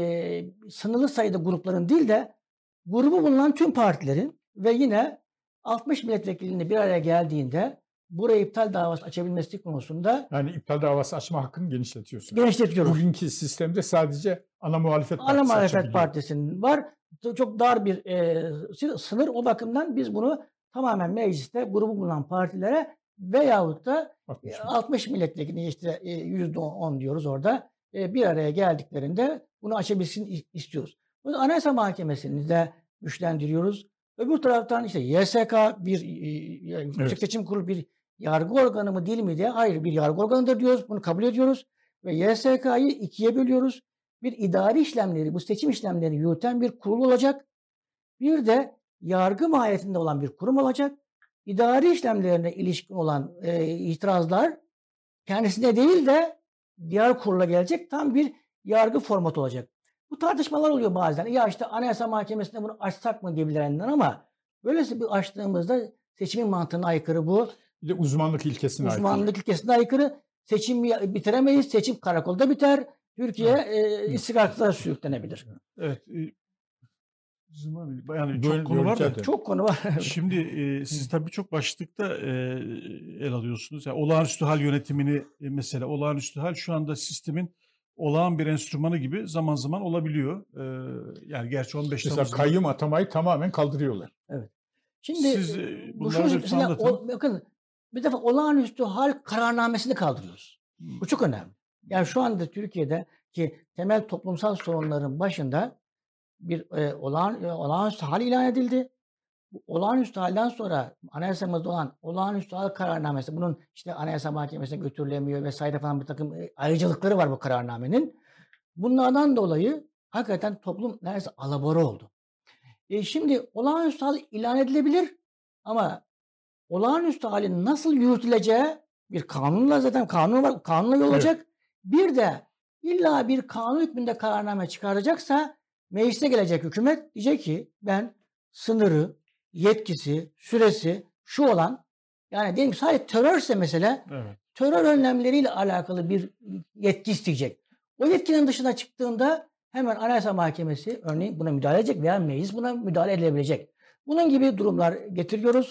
Speaker 2: sınırlı sayıda grupların değil de grubu bulunan tüm partilerin ve yine 60 milletvekilinin bir araya geldiğinde buraya iptal davası açabilmesi konusunda,
Speaker 3: yani iptal davası açma hakkını genişletiyorsunuz.
Speaker 2: Genişletiyoruz.
Speaker 3: Bugünkü sistemde sadece ana muhalefet
Speaker 2: partisinin var. Çok dar bir sınır. O bakımdan biz bunu tamamen mecliste grubu bulunan partilere veyahut da 60 milletvekili, işte %10 diyoruz orada, bir araya geldiklerinde bunu açabilsin istiyoruz. Bunu Anayasa Mahkemesi'ni de güçlendiriyoruz. Öbür taraftan işte YSK bir Yüksek Seçim Kurulu bir yargı organı mı değil mi diye, hayır, bir yargı organıdır diyoruz. Bunu kabul ediyoruz ve YSK'yı ikiye bölüyoruz. Bir idari işlemleri, bu seçim işlemlerini yürüten bir kurul olacak. Bir de yargı mahiyetinde olan bir kurum olacak. İdari işlemlerine ilişkin olan itirazlar kendisine değil de diğer kurula gelecek, tam bir yargı formatı olacak. Bu tartışmalar oluyor bazen. Ya işte Anayasa Mahkemesi'nde bunu açsak mı gibilerinden, ama böylesi bir açtığımızda seçimin mantığına aykırı bu.
Speaker 3: Bir de uzmanlık ilkesine
Speaker 2: aykırı. Seçimi bitiremeyiz. Seçim karakolda biter. Türkiye istikrarsızlığa sürüklenebilir.
Speaker 1: Evet. Yani çok konu var da.
Speaker 2: Çok konu var.
Speaker 1: Şimdi siz tabii çok başlıkta el alıyorsunuz. Yani olağanüstü hal yönetimini mesela, olağanüstü hal şu anda sistemin olağan bir enstrümanı gibi zaman zaman olabiliyor. Yani gerçi 15
Speaker 3: Mesela kayyum atamayı tamamen kaldırıyorlar.
Speaker 2: Evet. Şimdi
Speaker 1: siz bunları
Speaker 2: bakın, bir defa olağanüstü hal kararnamesini kaldırıyoruz. Bu çok önemli. Yani şu anda Türkiye'de ki temel toplumsal sorunların başında bir olağanüstü hal ilan edildi. Bu olağanüstü halden sonra anayasamızda olan olağanüstü hal kararnamesi, bunun işte Anayasa Mahkemesi'ne götürülemiyor vesaire falan bir takım ayrıcalıkları var bu kararnamenin. Bunlardan dolayı hakikaten toplum neredeyse alabora oldu. Şimdi olağanüstü hal ilan edilebilir ama olağanüstü halin nasıl yürütüleceği bir kanunla, zaten kanun var, kanunla yol olacak. Evet. Bir de illa bir kanun hükmünde kararname çıkaracaksa meclise gelecek hükümet, diyecek ki ben sınırı, yetkisi, süresi şu olan, yani diyelim ki sadece terörse mesela, terör önlemleriyle alakalı bir yetki isteyecek. O yetkinin dışına çıktığında hemen Anayasa Mahkemesi örneğin buna müdahale edecek veya meclis buna müdahale edilebilecek. Bunun gibi durumlar getiriyoruz.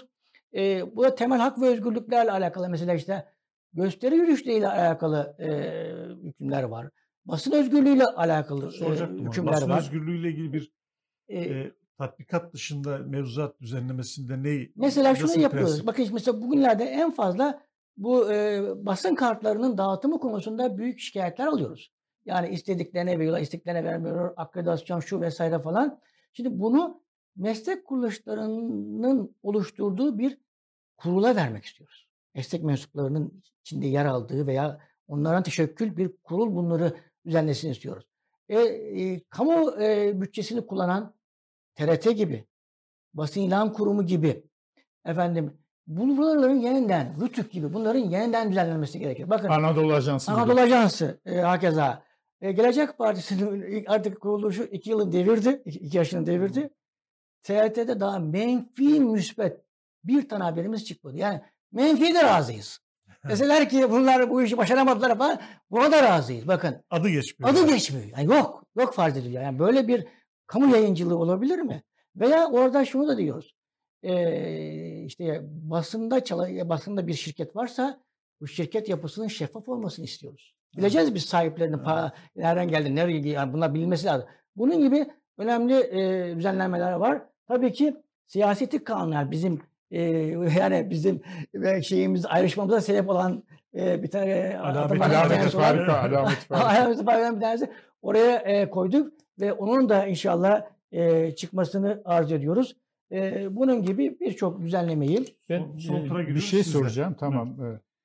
Speaker 2: Bu da temel hak ve özgürlüklerle alakalı. Mesela işte gösteri yürüyüşleriyle alakalı hükümler var. Basın özgürlüğüyle alakalı
Speaker 1: Soracaktım onu.
Speaker 2: hükümler
Speaker 1: Basın
Speaker 2: var.
Speaker 1: özgürlüğüyle ilgili bir
Speaker 2: E,
Speaker 1: tatbikat dışında mevzuat düzenlemesinde
Speaker 2: Mesela şunu
Speaker 1: nasıl
Speaker 2: yapıyoruz.
Speaker 1: prensip?
Speaker 2: Bakın mesela bugünlerde en fazla bu basın kartlarının dağıtımı konusunda büyük şikayetler alıyoruz. Yani istediklerine veriyorlar, istediklerine vermiyorlar, akreditasyon şu vesaire falan. Şimdi bunu meslek kuruluşlarının oluşturduğu bir kurula vermek istiyoruz. Meslek mensuplarının içinde yer aldığı veya onların teşekkül bir kurul bunları düzenlesin istiyoruz. Kamu bütçesini kullanan TRT gibi, Basın İlan Kurumu gibi, efendim, bunların yeniden, Rütük gibi bunların yeniden düzenlenmesi gerekir. Bakın
Speaker 3: Anadolu Ajansı gibi.
Speaker 2: Anadolu Ajansı hakeza. Gelecek Partisi'nin artık kuruluşu 2 yılı devirdi. 2 yaşını devirdi. TRT'de daha menfi müspet bir tane haberimiz çıkmadı. Yani menfi de razıyız. Deseler ki bunlar bu işi başaramadılar falan, buna da razıyız. Bakın.
Speaker 1: Adı geçmiyor.
Speaker 2: Adı geçmiyor. Yani yok. Yok farz ediliyor. Yani böyle bir kamu yayıncılığı olabilir mi? Veya orada şunu da diyoruz. İşte basında bir şirket varsa bu şirket yapısının şeffaf olmasını istiyoruz. Bileceğiz biz sahiplerinin nereden geldi, nereye gidiyor. Yani bunlar bilinmesi lazım. Bunun gibi önemli düzenlemeler var. Tabii ki siyaseti kanunlar bizim yani bizim şeyimiz ayrışmamıza sebep olan bir tane
Speaker 3: Alamet-i
Speaker 2: farikadan bir tanesi oraya koyduk ve onun da inşallah çıkmasını arzu ediyoruz. Bunun gibi birçok düzenlemeyi
Speaker 3: bir şey soracağım. Tamam.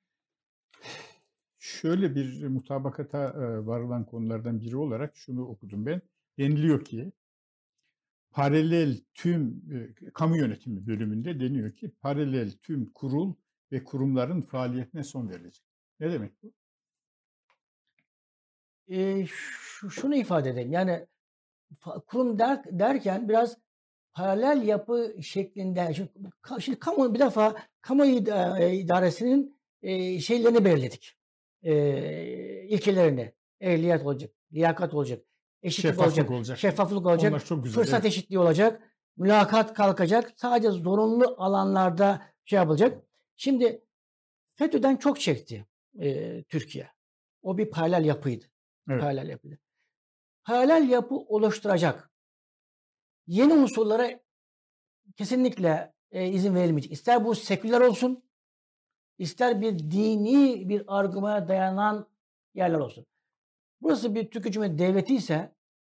Speaker 3: Şöyle bir mutabakata varılan konulardan biri olarak şunu okudum ben. Deniliyor ki paralel tüm kamu yönetimi bölümünde deniyor ki paralel tüm kurul ve kurumların faaliyetine son verilecek. Ne demek bu?
Speaker 2: Şunu ifade edeyim. Yani kurum derken biraz paralel yapı şeklinde. Şimdi kamu bir defa kamu idaresinin şeylerini belirledik. İlkelerini. Ehliyet olacak, liyakat olacak, eşitlik olacak, şeffaflık olacak, fırsat eşitliği olacak, mülakat kalkacak. Sadece zorunlu alanlarda şey yapılacak. Şimdi FETÖ'den çok çekti Türkiye. O bir paralel yapıydı.
Speaker 3: Evet.
Speaker 2: Paralel yapıydı. Paralel yapı oluşturacak yeni unsurlara kesinlikle izin verilmeyecek. İster bu seküler olsun, ister bir dini bir argümana dayanan yerler olsun. Burası bir Türkiye Cumhuriyeti Devleti ise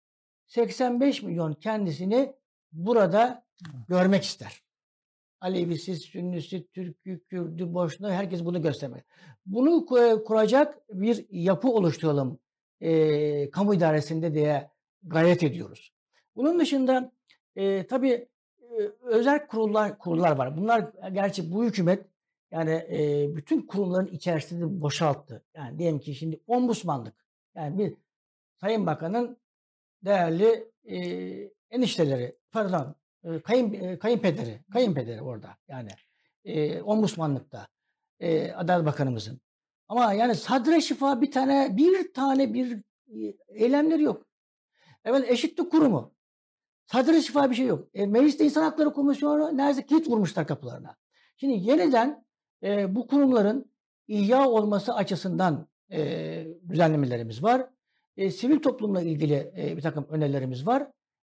Speaker 2: 85 milyon kendisini burada görmek ister. Alevisi, Sünnisi, Türk'ü, Kürd'ü, Boşnağı herkes bunu göstermek. Bunu kuracak bir yapı oluşturalım kamu idaresinde diye gayret ediyoruz. Bunun dışında tabii özel kurullar var. Bunlar gerçi bu hükümet yani bütün kurumların içerisinde boşalttı. Yani diyelim ki şimdi ombudsmanlık. Yani bir Sayın Bakan'ın değerli enişteleri, pardon kayınpederi orada yani ombudsmanlıkta Adalet Bakanımızın. Ama yani sadre şifa bir tane eylemleri yok. Evet, eşitlik kurumu. Sadre şifa bir şey yok. Mecliste İnsan Hakları Komisyonu neredeyse kilit vurmuşlar kapılarına. Şimdi yeniden bu kurumların ihya olması açısından düzenlemelerimiz var. Sivil toplumla ilgili bir takım önerilerimiz var.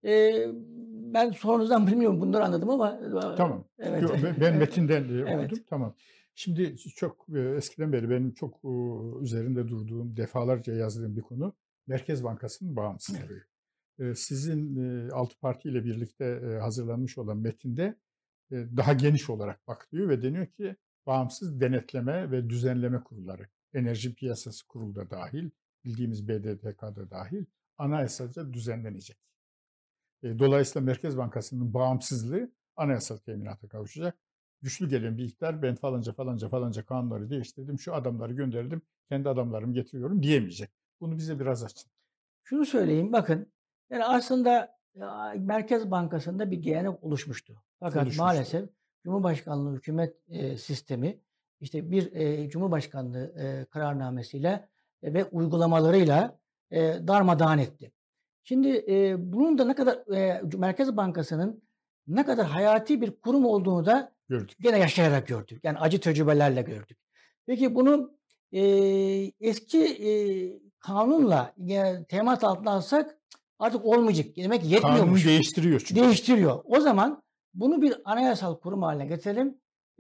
Speaker 2: Ben sorunuzdan bilmiyorum bunları anladım ama.
Speaker 3: Tamam.
Speaker 2: Evet.
Speaker 3: Ben metinden okudum.
Speaker 2: Evet.
Speaker 3: Tamam. Şimdi çok eskiden beri benim çok üzerinde durduğum, defalarca yazdığım bir konu Merkez Bankası'nın bağımsızlığı. Evet. Sizin 6 parti ile birlikte hazırlanmış olan metinde daha geniş olarak bakılıyor ve deniyor ki bağımsız denetleme ve düzenleme kurulları, enerji piyasası kurulu da dahil, bildiğimiz BDDK'da dahil anayasaca düzenlenecek. Dolayısıyla Merkez Bankası'nın bağımsızlığı anayasal teminata kavuşacak. Güçlü gelen bir iktidar ben falanca kanunları değiştirdim, şu adamları gönderdim, kendi adamlarımı getiriyorum diyemeyecek. Bunu bize biraz açın.
Speaker 2: Şunu söyleyeyim bakın. Yani aslında Merkez Bankası'nda bir gelenek oluşmuştu. Fakat maalesef Cumhurbaşkanlığı hükümet sistemi işte bir Cumhurbaşkanlığı kararnamesiyle ve uygulamalarıyla darmadağın etti. Şimdi bunun da ne kadar Merkez Bankası'nın ne kadar hayati bir kurum olduğunu da
Speaker 3: gördük.
Speaker 2: Gene yaşayarak gördük. Yani acı tecrübelerle gördük. Peki bunu eski kanunla temas altına alsak artık olmayacak. Demek ki yetmiyormuş.
Speaker 3: Kanun değiştiriyor çünkü.
Speaker 2: Değiştiriyor. O zaman bunu bir anayasal kurum haline getirelim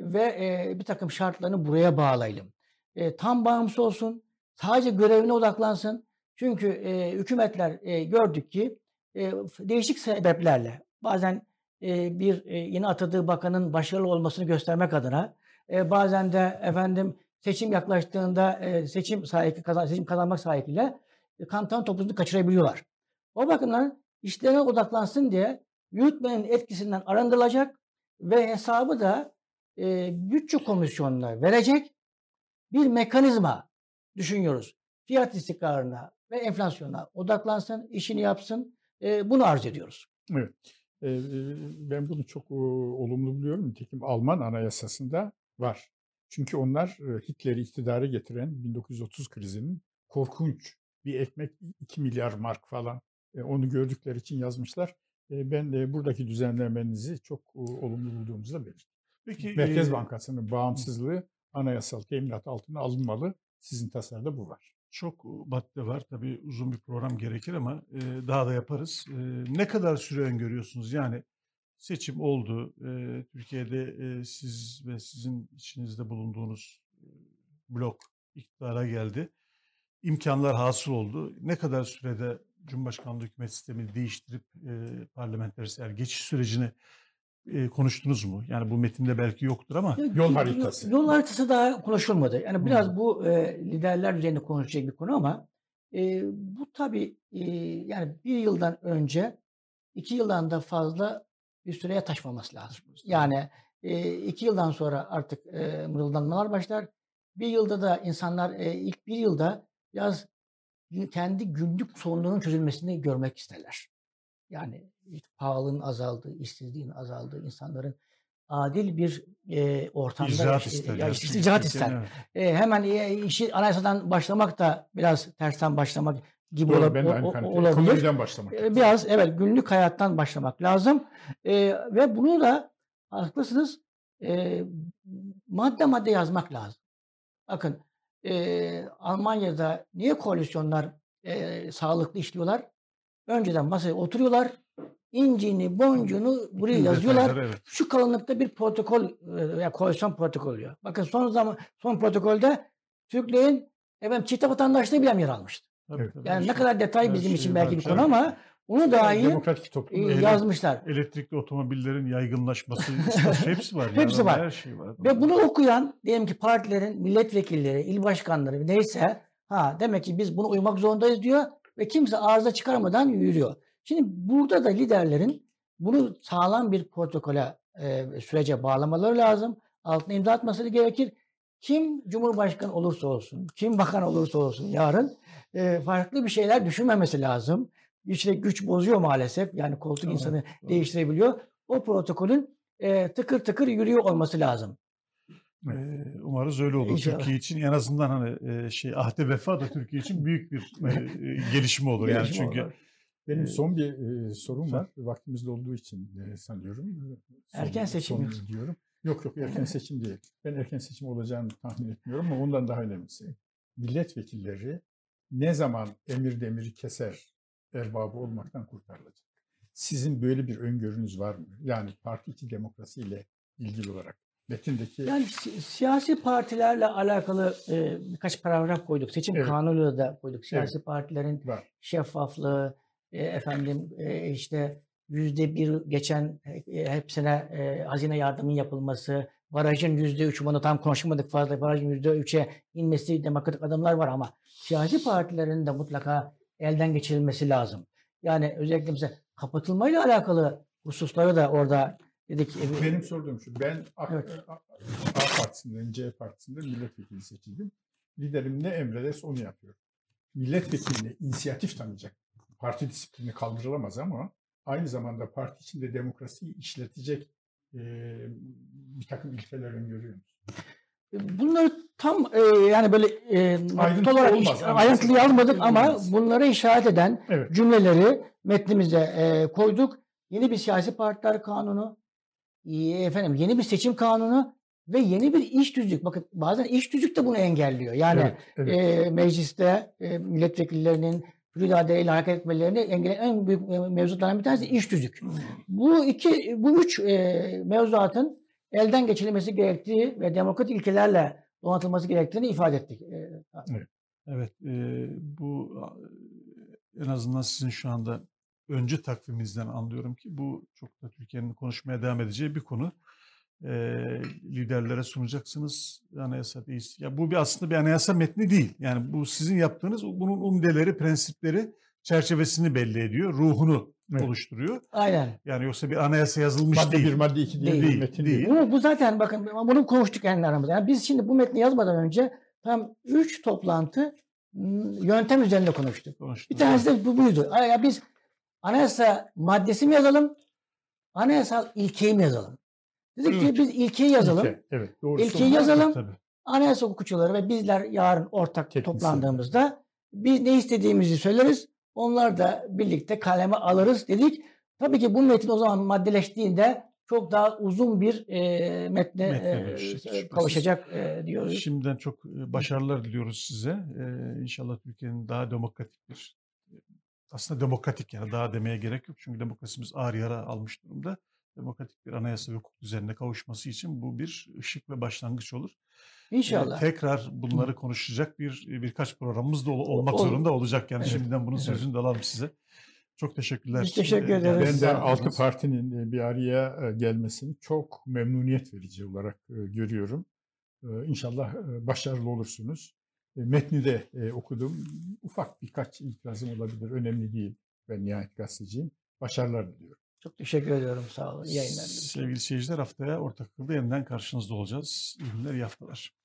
Speaker 2: ve bir takım şartlarını buraya bağlayalım. Tam bağımsız olsun. Sadece görevine odaklansın. Çünkü hükümetler gördük ki değişik sebeplerle bazen bir yeni atadığı bakanın başarılı olmasını göstermek adına bazen de efendim seçim yaklaştığında seçim kazanmak sahibiyle kanton topuzunu kaçırabiliyorlar. O bakımdan işlerine odaklansın diye yürütmenin etkisinden arındırılacak ve hesabı da bütçe komisyonuna verecek bir mekanizma düşünüyoruz. Fiyat istikrarına ve enflasyona odaklansın, işini yapsın. Bunu arz ediyoruz.
Speaker 3: Evet. Ben bunu çok olumlu buluyorum. Nitekim Alman anayasasında var. Çünkü onlar Hitler'i iktidara getiren 1930 krizinin korkunç bir ekmek 2 milyar mark falan onu gördükleri için yazmışlar. Ben buradaki düzenlemenizi çok olumlu bulduğumuzu da belirttim.
Speaker 1: Peki,
Speaker 3: Merkez Bankası'nın bağımsızlığı anayasal teminat altına alınmalı. Sizin tasarıda bu var.
Speaker 1: çok madde var. Tabii uzun bir program gerekir ama daha da yaparız. Ne kadar süre öngörüyorsunuz? Yani seçim oldu. Türkiye'de siz ve sizin içinizde bulunduğunuz blok iktidara geldi. İmkanlar hasıl oldu. Ne kadar sürede Cumhurbaşkanlığı hükümet sistemini değiştirip parlamenter geçiş sürecini konuştunuz mu? Yani bu metinde belki yoktur ama
Speaker 3: Yol haritası.
Speaker 2: Yol haritası daha konuşulmadı. Yani biraz bu liderler üzerine konuşacak bir konu ama bu tabii yani bir yıldan önce 2 yıldan da fazla bir süreye taşmaması lazım. Yani 2 yıldan sonra artık mırıldanmalar başlar. Bir yılda da insanlar ilk bir yılda biraz kendi günlük sorunlarının çözülmesini görmek isterler. Yani işte pahalılığın azaldığı, işsizliğin azaldığı, insanların adil bir ortamda
Speaker 1: icraat ister.
Speaker 2: icraat ister.
Speaker 1: Evet.
Speaker 2: Hemen işi anayasadan başlamak da biraz tersten başlamak gibi
Speaker 3: Doğru, ben de aynı
Speaker 2: olabilir.
Speaker 3: Ekonomiden başlamak lazım.
Speaker 2: Biraz evet günlük hayattan başlamak lazım. Ve bunu da haklısınız madde madde yazmak lazım. Bakın Almanya'da niye koalisyonlar sağlıklı işliyorlar? Önceden masaya oturuyorlar. İnciğini, boncuğunu buraya yazıyorlar.
Speaker 1: Detaylar, evet.
Speaker 2: Şu kalınlıkta bir protokol veya koalisyon protokolü oluyor. Bakın son protokolde Türklerin çifte vatandaşlığı bile yer almıştı.
Speaker 3: Evet.
Speaker 2: Yani ne kadar detay bizim için belki bir konu
Speaker 1: var.
Speaker 2: ama onu dahi
Speaker 3: Demokratik toplum
Speaker 2: yazmışlar.
Speaker 1: Elektrikli otomobillerin yaygınlaşması, hepsi var.
Speaker 2: Hepsi
Speaker 1: Yani
Speaker 2: var.
Speaker 1: her şey var.
Speaker 2: Ve bunu okuyan diyelim ki partilerin milletvekilleri, il başkanları neyse demek ki biz buna uymak zorundayız diyor ve kimse arıza çıkarmadan yürüyor. Şimdi burada da liderlerin bunu sağlam bir protokole, sürece bağlamaları lazım. Altına imza atması gerekir. Kim Cumhurbaşkanı olursa olsun, kim bakan olursa olsun yarın farklı bir şeyler düşünmemesi lazım. İşte güç bozuyor maalesef. Yani koltuk insanı değiştirebiliyor. O protokolün tıkır tıkır yürüyor olması lazım.
Speaker 1: Umarız öyle olur.
Speaker 2: İnşallah.
Speaker 1: Türkiye için en azından ahde vefa da Türkiye için büyük bir gelişme olur. Yani
Speaker 2: Gelişme
Speaker 1: çünkü
Speaker 2: olur.
Speaker 3: benim son bir sorum var. Vaktimizde olduğu için sanıyorum.
Speaker 2: Erken seçim
Speaker 3: diyorum. Yok erken seçim değil. Ben erken seçim olacağını tahmin etmiyorum ama ondan daha önemlisi. Milletvekilleri ne zaman emir demiri keser erbabı olmaktan kurtarılacak? Sizin böyle bir öngörünüz var mı? Yani parti içi demokrasiyle ilgili olarak. Metindeki...
Speaker 2: Yani siyasi partilerle alakalı birkaç paragraf koyduk. Seçim kanunuyla da koyduk. Siyasi partilerin şeffaflığı, işte %1 geçen hepsine hazine yardımının yapılması, barajın %3, bunu tam konuşmadık fazla, barajın %3'e inmesi demokratik adımlar var ama siyasi partilerin de mutlaka elden geçirilmesi lazım. Yani özellikle mesela kapatılmayla alakalı hususları da orada dedik.
Speaker 3: Benim sorduğum şu, ben A partisinden, C partisinden milletvekili seçildim. Liderim ne emrederse onu yapıyorum. Milletvekiline inisiyatif tanıyacak. Parti disiplini kaldırılamaz ama aynı zamanda parti içinde demokrasiyi işletecek bir takım ilkeler öngörüyoruz.
Speaker 2: Bunları tam yani böyle ayrıntılı almadık ama bunları işaret eden cümleleri metnimize koyduk. Yeni bir siyasi partiler kanunu, efendim yeni bir seçim kanunu ve yeni bir iş tüzük. Bakın bazen iş tüzük de bunu engelliyor. Yani mecliste milletvekillerinin hür iradeyle hareket etmelerini engelleyen en büyük mevzulardan bir tanesi iş tüzük. Bu üç mevzuatın elden geçirilmesi gerektiği ve demokratik ilkelerle donatılması gerektiğini ifade ettik.
Speaker 1: Evet, bu en azından sizin şu anda öncü takviminizden anlıyorum ki bu çok da Türkiye'nin konuşmaya devam edeceği bir konu. Liderlere sunacaksınız anayasa değil. Ya bu aslında bir anayasa metni değil. Yani bu sizin yaptığınız bunun umdeleri, prensipleri çerçevesini belli ediyor, ruhunu oluşturuyor.
Speaker 2: Aynen.
Speaker 1: Yani yoksa bir anayasa yazılmış
Speaker 3: madde
Speaker 1: değil.
Speaker 3: Bir, madde 2 değil. Metin değil.
Speaker 2: Bu zaten bakın bunu konuştuk kendi aramızda. Yani biz şimdi bu metni yazmadan önce tam 3 toplantı yöntem üzerinde konuştuk. Bir tanesi de buydu. Ya biz anayasa maddesi mi yazalım, anayasal ilkeyi mi yazalım? Dedik ki biz ilkeyi yazalım.
Speaker 3: Evet,
Speaker 2: İlkeyi yazalım. Tabii. Anayasa hukukçuları ve bizler yarın ortak toplandığımızda biz ne istediğimizi söyleriz. Onlar da birlikte kaleme alırız dedik. Tabii ki bu metin o zaman maddeleştiğinde çok daha uzun bir metne kavuşacak diyoruz.
Speaker 1: Şimdiden çok başarılar diliyoruz size. İnşallah Türkiye'nin daha demokratik bir, aslında demokratik yani daha demeye gerek yok. Çünkü demokrasimiz ağır yara almış durumda. Demokratik bir anayasa ve hukuk düzenine kavuşması için bu bir ışık ve başlangıç olur.
Speaker 2: İnşallah.
Speaker 1: Tekrar bunları konuşacak birkaç programımız da olmak zorunda olacak. Yani şimdiden bunun sözünü de alalım size. Çok teşekkürler.
Speaker 2: Biz teşekkür ederiz.
Speaker 3: Ben de 6 partinin bir araya gelmesini çok memnuniyet verici olarak görüyorum. İnşallah başarılı olursunuz. Metni de okudum. Ufak birkaç itirazım olabilir. Önemli değil. Ben nihayet gazeteciyim. Başarılar diliyorum.
Speaker 2: Çok teşekkür ediyorum. Sağ olun. İyi yayınlar.
Speaker 1: Sevgili seyirciler, haftaya Ortak Akıl'da yeniden karşınızda olacağız. İyi günler, iyi haftalar.